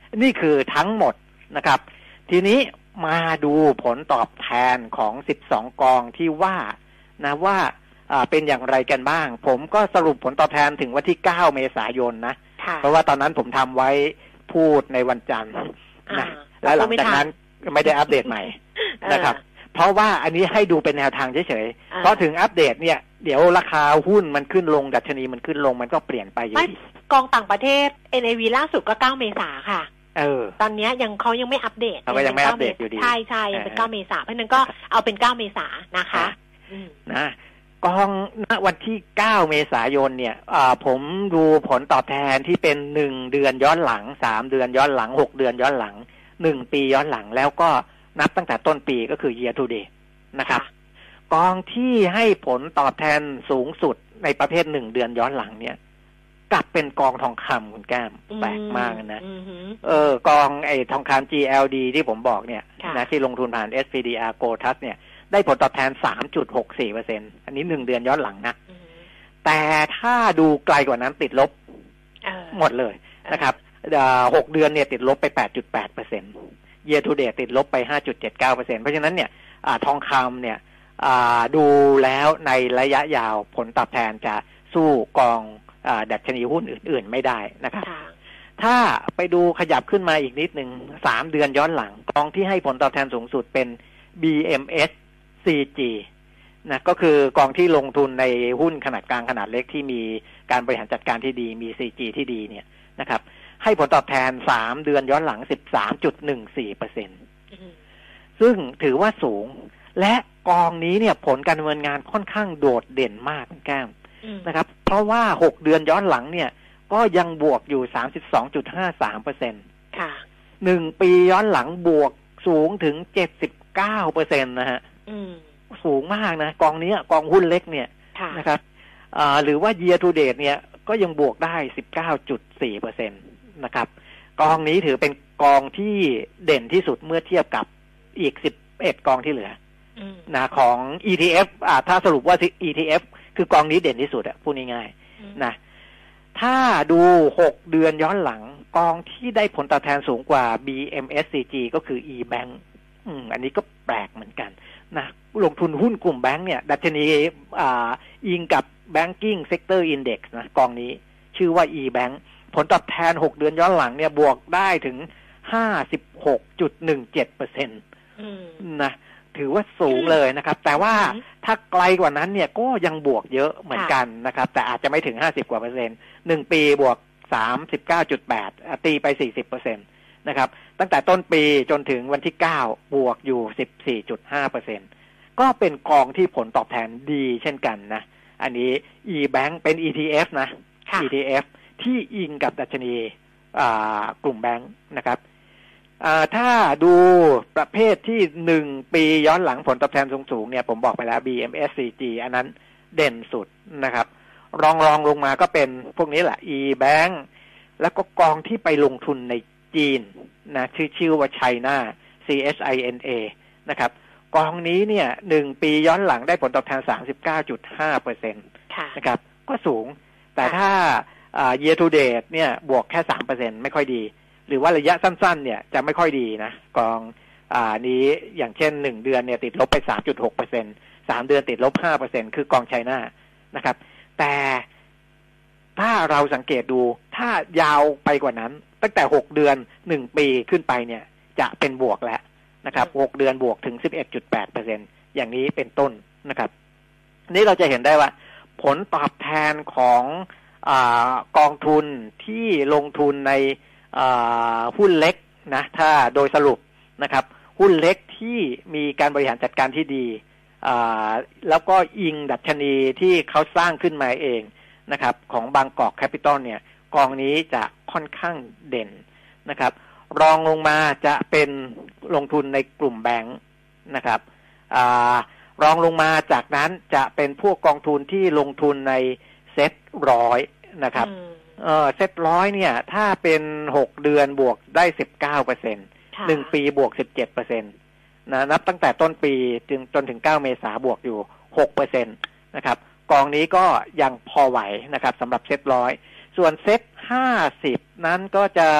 นี่คือทั้งหมดนะครับทีนี้มาดูผลตอบแทนของสิบสองกองที่ว่านะว่าเป็นอย่างไรกันบ้างผมก็สรุปผลตอบแทนถึงวันที่เก้าเมษายนนะเพราะว่าตอนนั้นผมทำไว้พูดในวันจันทร์นะและหลังจากนั้นไม่ได้อัปเดตใหม่นะครับเพราะว่าอันนี้ให้ดูเป็นแนวทางเฉยๆเพราะถึงอัปเดตเนี่ยเดี๋ยวราคาหุ้นมันขึ้นลงดัชนีมันขึ้นลงมันก็เปลี่ยนไปอยู่ดีกองต่างประเทศ เอ็น เอ วี ล่าสุดก็เก้าเมษาค่ะเออตอนนี้ยังเขายังไม่อัปเดตเขาก็ยังไม่อัปเดตอยู่ดีใช่ใช่ยังเป็นเก้าเมษาเพราะนั้นก็เอาเป็นเก้าเมษานะคะนะกองณวันที่เก้าเมษายนเนี่ยผมดูผลตอบแทนที่เป็นหนึ่งเดือนย้อนหลังสามเดือนย้อนหลังหกเดือนย้อนหลังหนึ่งปีย้อนหลังแล้วก็นับตั้งแต่ต้นปีก็คือ year to date นะครับกองที่ให้ผลตอบแทนสูงสุดในประเภทหนึ่งเดือนย้อนหลังเนี่ยกลับเป็นกองทองคำคุณแก้มแปลกมากนะเออกองไอ้ทองคำ จี แอล ดี ที่ผมบอกเนี่ยนะที่ลงทุนผ่าน เอส พี ดี อาร์ Gold Trust เนี่ยได้ผลตอบแทน สามจุดหกสี่เปอร์เซ็นต์ อันนี้หนึ่งเดือนย้อนหลังนะแต่ถ้าดูไกลกว่านั้นติดลบหมดเลยนะครับหกเดือนเนี่ยติดลบไป แปดจุดแปดเปอร์เซ็นต์ year to date ติดลบไป ห้าจุดเจ็ดเก้าเปอร์เซ็นต์ เพราะฉะนั้นเนี่ยทองคำเนี่ยดูแล้วในระยะยาวผลตอบแทนจะสู้กองดัชนีหุ้นอื่นๆไม่ได้นะครับถ้าไปดูขยับขึ้นมาอีกนิดหนึ่งสามเดือนย้อนหลังกองที่ให้ผลตอบแทนสูงสุดเป็น บี เอ็ม เอส ซี จี นะก็คือกองที่ลงทุนในหุ้นขนาดกลางขนาดเล็กที่มีการบริหารจัดการที่ดีมี ซี จี ที่ดีเนี่ยนะครับให้ผลตอบแทนสามเดือนย้อนหลัง สิบสามจุดหนึ่งสี่เปอร์เซ็นต์ ซึ่งถือว่าสูงและกองนี้เนี่ยผลการดำเนินงานค่อนข้างโดดเด่นมากแก้มนะครับเพราะว่าหกเดือนย้อนหลังเนี่ยก็ยังบวกอยู่ สามสิบสองจุดห้าสามเปอร์เซ็นต์ ค่ะหนึ่งปีย้อนหลังบวกสูงถึง เจ็ดสิบเก้าเปอร์เซ็นต์ นะฮะสูงมากนะกองนี้กองหุ้นเล็กเนี่ยนะครับหรือว่า year to date เนี่ยก็ยังบวกได้ สิบเก้าจุดสี่เปอร์เซ็นต์ นะครับกองนี้ถือเป็นกองที่เด่นที่สุดเมื่อเทียบกับอีกสิบเอ็ดกองที่เหลือนะของ อี ที เอฟ อ่าถ้าสรุปว่า อี ที เอฟ คือกองนี้เด่นที่สุดอะพูดง่ายๆนะถ้าดูหกเดือนย้อนหลังกองที่ได้ผลตอบแทนสูงกว่า บี เอ็ม เอส ซี จี ก็คือ e-bank อืมอันนี้ก็แปลกเหมือนกันนะลงทุนหุ้นกลุ่มแบงค์เนี่ยดัชนีอ่าอิงกับ banking sector index นะกองนี้ชื่อว่า e-bank ผลตอบแทนหกเดือนย้อนหลังเนี่ยบวกได้ถึง ห้าสิบหกจุดหนึ่งเจ็ดเปอร์เซ็นต์ นะถือว่าสูงเลยนะครับแต่ว่าถ้าไกลกว่านั้นเนี่ยก็ยังบวกเยอะเหมือนกันนะครับแต่อาจจะไม่ถึงห้าสิบกว่าเปอร์เซ็นต์หนึ่งปีบวก สามสิบเก้าจุดแปด ตีไป สี่สิบเปอร์เซ็นต์ นะครับตั้งแต่ต้นปีจนถึงวันที่เก้าบวกอยู่ สิบสี่จุดห้าเปอร์เซ็นต์ ก็เป็นกองที่ผลตอบแทนดีเช่นกันนะอันนี้ e-bank เป็น อี ที เอฟ นะ อี ที เอฟ ที่อิงกับดัชนีกลุ่มแบงค์นะครับถ้าดูประเภทที่หนึ่งปีย้อนหลังผลตอบแทนสูงๆเนี่ยผมบอกไปแล้ว บี เอ็ม เอส ซี จี อันนั้นเด่นสุดนะครับรองรองลงมาก็เป็นพวกนี้แหละ e-bank แล้วก็กองที่ไปลงทุนในจีนนะชื่อชื่อว่า China ซี เอช ไอ เอ็น เอ นะครับกองนี้เนี่ยหนึ่งปีย้อนหลังได้ผลตอบแทน สามสิบเก้าจุดห้าเปอร์เซ็นต์ นะครับก็สูงแต่ถ้าyear to date เนี่ยบวกแค่ สามเปอร์เซ็นต์ ไม่ค่อยดีหรือว่าระยะสั้นๆเนี่ยจะไม่ค่อยดีนะกองอ่านี้อย่างเช่นหนึ่งเดือนเนี่ยติดลบไป สามจุดหกเปอร์เซ็นต์ สามเดือนติดลบ ห้าเปอร์เซ็นต์ คือกองไชน่านะครับแต่ถ้าเราสังเกตดูถ้ายาวไปกว่านั้นตั้งแต่หกเดือนหนึ่งปีขึ้นไปเนี่ยจะเป็นบวกแล้วนะครับหกเดือนบวกถึง สิบเอ็ดจุดแปดเปอร์เซ็นต์ อย่างนี้เป็นต้นนะครับนี่เราจะเห็นได้ว่าผลตอบแทนของอ่ากองทุนที่ลงทุนในหุ้นเล็กนะถ้าโดยสรุปนะครับหุ้นเล็กที่มีการบริหารจัดการที่ดีแล้วก็อิงดัชนีที่เขาสร้างขึ้นมาเองนะครับของบางกอกแคปิตอลเนี่ยกองนี้จะค่อนข้างเด่นนะครับรองลงมาจะเป็นลงทุนในกลุ่มแบงค์นะครับอรองลงมาจากนั้นจะเป็นพวกกองทุนที่ลงทุนในเซ็ตร้อยนะครับเออเซ็ตร้อยเนี่ยถ้าเป็นหกเดือนบวกได้ สิบเก้าเปอร์เซ็นต์ หนึ่งปีบวก สิบเจ็ดเปอร์เซ็นต์ นะนับตั้งแต่ต้นปีจนจนถึงเก้าเมษายนบวกอยู่ หกเปอร์เซ็นต์ นะครับกองนี้ก็ยังพอไหวนะครับสำหรับเซ็ตร้อยส่วนเซ็ตห้าสิบนั้นก็จะ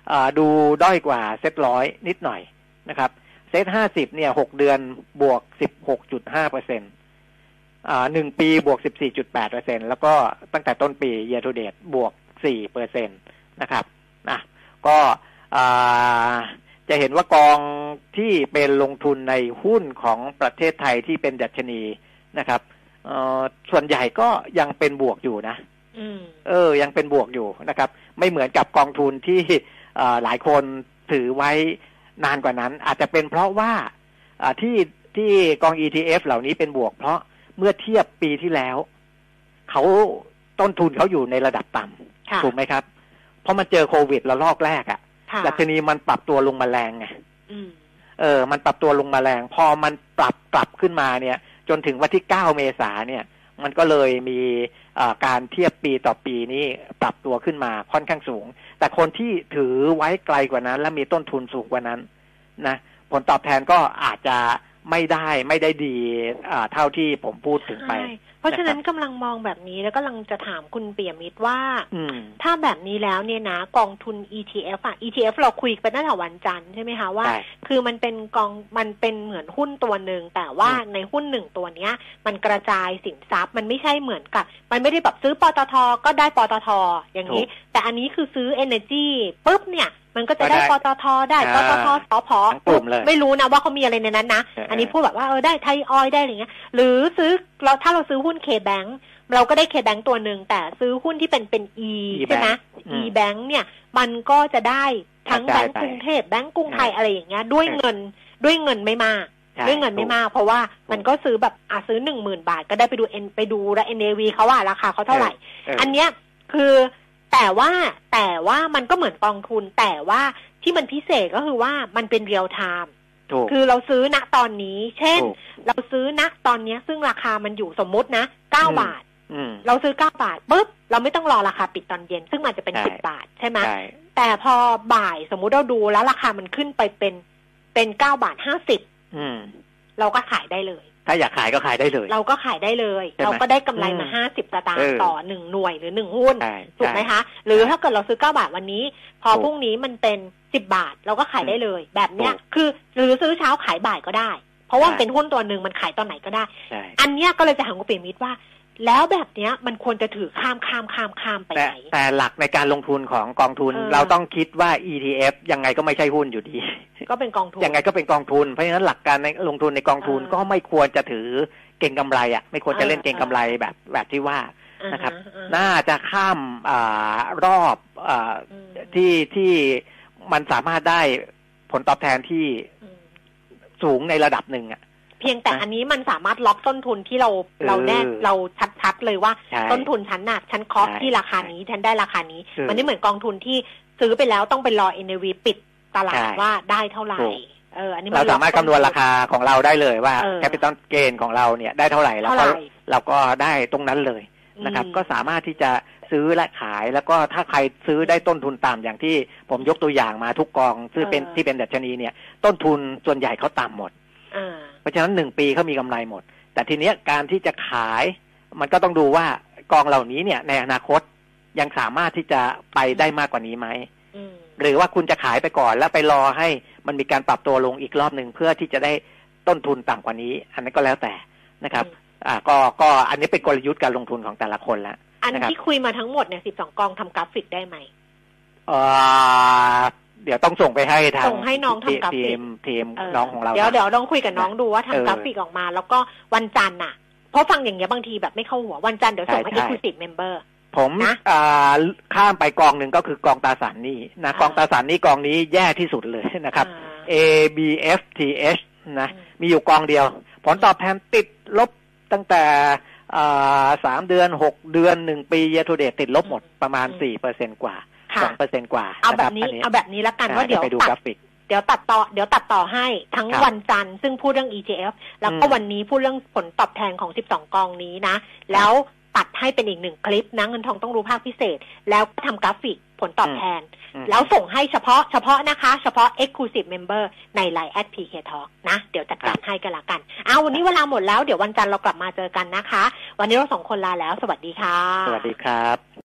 ดูด้อยกว่าเซ็ตร้อยนิดหน่อยนะครับเซ็ตห้าสิบเนี่ยหกเดือนบวก สิบหกจุดห้าเปอร์เซ็นต์ อ่าหนึ่งปีบวก สิบสี่จุดแปดเปอร์เซ็นต์ แล้วก็ตั้งแต่ต้นปี year to date บวก สี่เปอร์เซ็นต์ นะครับนะก็จะเห็นว่ากองที่เป็นลงทุนในหุ้นของประเทศไทยที่เป็นดัชนีนะครับส่วนใหญ่ก็ยังเป็นบวกอยู่นะเออยังเป็นบวกอยู่นะครับไม่เหมือนกับกองทุนที่หลายคนถือไว้นานกว่านั้นอาจจะเป็นเพราะว่าที่ที่กอง อี ที เอฟ เหล่านี้เป็นบวกเพราะเมื่อเทียบปีที่แล้วเขาต้นทุนเขาอยู่ในระดับต่ำถูกไหมครับเพราะมันเจอโควิดระลอกแรกอ่ะดัชนีมันปรับตัวลงมาแรงไงเออมันปรับตัวลงมาแรงพอมันปรับกลับขึ้นมาเนี่ยจนถึงวันที่เก้าเมษายนเนี่ยมันก็เลยมีการเทียบปีต่อปีนี้ปรับตัวขึ้นมาค่อนข้างสูงแต่คนที่ถือไว้ไกลกว่านั้นและมีต้นทุนสูงกว่านั้นนะผลตอบแทนก็อาจจะไม่ได้ไม่ได้ดีเท่าที่ผมพูดถึงไปเพราะฉะนั้นกำลังมองแบบนี้แล้วก็กำลังจะถามคุณเปี่ยมิตรว่าถ้าแบบนี้แล้วเนี่ยนะกองทุน อี ที เอฟ อ่ะ อี ที เอฟ เราคุยไปตั้งแต่วันจันทร์ใช่ไหมคะว่าคือมันเป็นกองมันเป็นเหมือนหุ้นตัวหนึ่งแต่ว่าในหุ้นหนึ่งตัวเนี้ยมันกระจายสินทรัพย์มันไม่ใช่เหมือนกับมันไม่ได้แบบซื้อปตท.ก็ได้ปตท.อย่างนี้แต่อันนี้คือซื้อ Energy ปุ๊บเนี่ยมันก็จะได้ปตท.ได้ปตท.สผ.ไม่รู้นะว่าเขามีอะไรในนั้นนะอันนี้พูดแบบว่าเออได้ไทยออยล์ได้อะไรเงี้ยหรือซื้อเราถ้าเราซื้อหุ้น K-Bank เราก็ได้ K-Bank ตัวหนึ่งแต่ซื้อหุ้นที่เป็นเป็น E ใช่ไหม E-Bank เนี่ยมันก็จะได้ทั้งแบงก์กรุงเทพแบงก์กรุงไทยอะไรอย่างเงี้ยด้วยเงินด้วยเงินไม่มากด้วยเงินไม่มากเพราะว่ามันก็ซื้อแบบอ่ะซื้อ หนึ่งหมื่น บาทก็ได้ไปดูเอ็นไปดูแล้ว เอ็น เอ วี เขาว่าราคาเขาเท่าไหร่อันเนี้ยคือแต่ว่าแต่ว่ามันก็เหมือนกองทุนแต่ว่าที่มันพิเศษก็คือว่ามันเป็นเรียลไทม์คือเราซื้อณตอนนี้เช่นเราซื้อณตอนนี้ซึ่งราคามันอยู่สมมุตินะเก้าบาทเราซื้อเก้าบาทปุ๊บเราไม่ต้องรอราคาปิดตอนเย็นซึ่งมันจะเป็นสิบบาทใช่ไหมแต่พอบ่ายสมมุติเราดูแล้วราคามันขึ้นไปเป็นเป็นเก้าบาทห้าสิบเราก็ขายได้เลยถ้าอยากขายก็ขายได้เลยเราก็ขายได้เลยเราก็ได้กำไรมาห้าสิบสตางค์ต่อหนึ่งหน่วยหรือหนึ่งหุ้นถูกไหมคะหรือถ้าเกิดเราซื้อเก้าบาทวันนี้พอพรุ่งนี้มันเป็นสิบบาทเราก็ขายได้เลยแบบเนี้ยคือหรือซื้อเช้าขายบ่ายก็ได้เพราะว่าเป็นหุ้นตัวหนึ่งมันขายตอนไหนก็ได้อันเนี้ยก็เลยจะถามคุณเปี่ยมิตรว่าแล้วแบบเนี้ยมันควรจะถือข้ามข้ามข้ามข้ามไปไหนแต่หลักในการลงทุนของกองทุนเราต้องคิดว่า อี ที เอฟ ยังไงก็ไม่ใช่หุ้นอยู่ดีก็เป็นกองทุนยังไงก็เป็นกองทุนเพราะฉะนั้นหลักการในลงทุนในกองทุนก็ไม่ควรจะถือเก่งกำไรอ่ะไม่ควรจะเล่นเก่งกำไรแบบแบบที่ว่านะครับน่าจะข้ามอ่ารอบอ่าที่ที่มันสามารถได้ผลตอบแทนที่สูงในระดับหนึ่งอ่ะเพียงแต่อันนี้มันสามารถล็อกต้นทุนที่เราเราแน่เราชัดๆเลยว่าต้นทุนฉันน่ะฉันคอสที่ราคานี้ฉันได้ราคานี้มันไม่เหมือนกองทุนที่ซื้อไปแล้วต้องไปรอ เอ็น เอ วี ปิดตลาดว่าได้เท่าไหร่เอออันนี้เราสามารถคำนวณราคาของเราได้เลยว่า capital gain ของเราเนี่ยได้เท่าไหร่แล้วก็เราก็ได้ตรงนั้นเลยนะครับก็สามารถที่จะซื้อและขายแล้วก็ถ้าใครซื้อได้ต้นทุนต่ำอย่างที่ผมยกตัวอย่างมาทุกกองซื้อเป็นที่เป็นดัชนีเนี่ยต้นทุนส่วนใหญ่เขาต่ำหมดเพราะฉะนั้นหนึ่งปีเขามีกำไรหมดแต่ทีเนี้ยการที่จะขายมันก็ต้องดูว่ากองเหล่านี้เนี่ยในอนาคตยังสามารถที่จะไปได้มากกว่านี้ไหมหรือว่าคุณจะขายไปก่อนแล้วไปรอให้มันมีการปรับตัวลงอีกรอบหนึ่งเพื่อที่จะได้ต้นทุนต่ำกว่านี้อันนั้นก็แล้วแต่นะครับอ่าก็ก็อันนี้เป็นกลยุทธ์การลงทุนของแต่ละคนแล้วอันที่คุยมาทั้งหมดเนี่ยสิบสองกองทำกราฟิกได้ไหมเอ่อเดี๋ยวต้องส่งไปให้ทางส่งให้น้องทำกราฟิกทีมทีมน้องของเราเดี๋ยวเดี๋ยวลองคุยกับน้องดูว่าทำกราฟิกออกมาแล้วก็วันจันทร์น่ะเพราะฟังอย่างเงี้ยบางทีแบบไม่เข้าหัววันจันทร์เดี๋ยวส่งให้ Exclusive Member ผมอ่าข้ามไปกองหนึ่งก็คือกองตราสารหนี้นะกองตราสารหนี้กองนี้แย่ที่สุดเลยนะครับ เอ บี เอฟ ที เอช นะมีอยู่กองเดียวผลตอบแทนติดลบตั้งแต่อ่าสามเดือนหกเดือนหนึ่งปี year to date ติดลบหมดประมาณ สี่เปอร์เซ็นต์ กว่า สองเปอร์เซ็นต์ กว่าเอาแบบนี้เอาแบบนี้ละกันว่าเดี๋ยวตัดเดี๋ยวตัดต่อเดี๋ยวตัดต่อให้ทั้งวันจันทร์ซึ่งพูดเรื่อง อี ที เอฟ แล้วก็วันนี้พูดเรื่องผลตอบแทนของสิบสองกองนี้นะแล้วตัดให้เป็นอีกหนึ่งคลิปนะเงินทองต้องรู้ภาคพิเศษแล้วก็ทำกราฟิกผลตอบแทนแล้วส่งให้เฉพาะเฉพาะนะคะเฉพาะ Exclusive Member ใน ไลน์ แอท พี เค Talk นะเดี๋ยวจัดการให้กันละกันเอาวันนี้เวลาหมดแล้วเดี๋ยววันจันทร์เรากลับมาเจอกันนะคะวันนี้เราสองคนลาแล้วสวัสดีค่ะสวัสดีครับ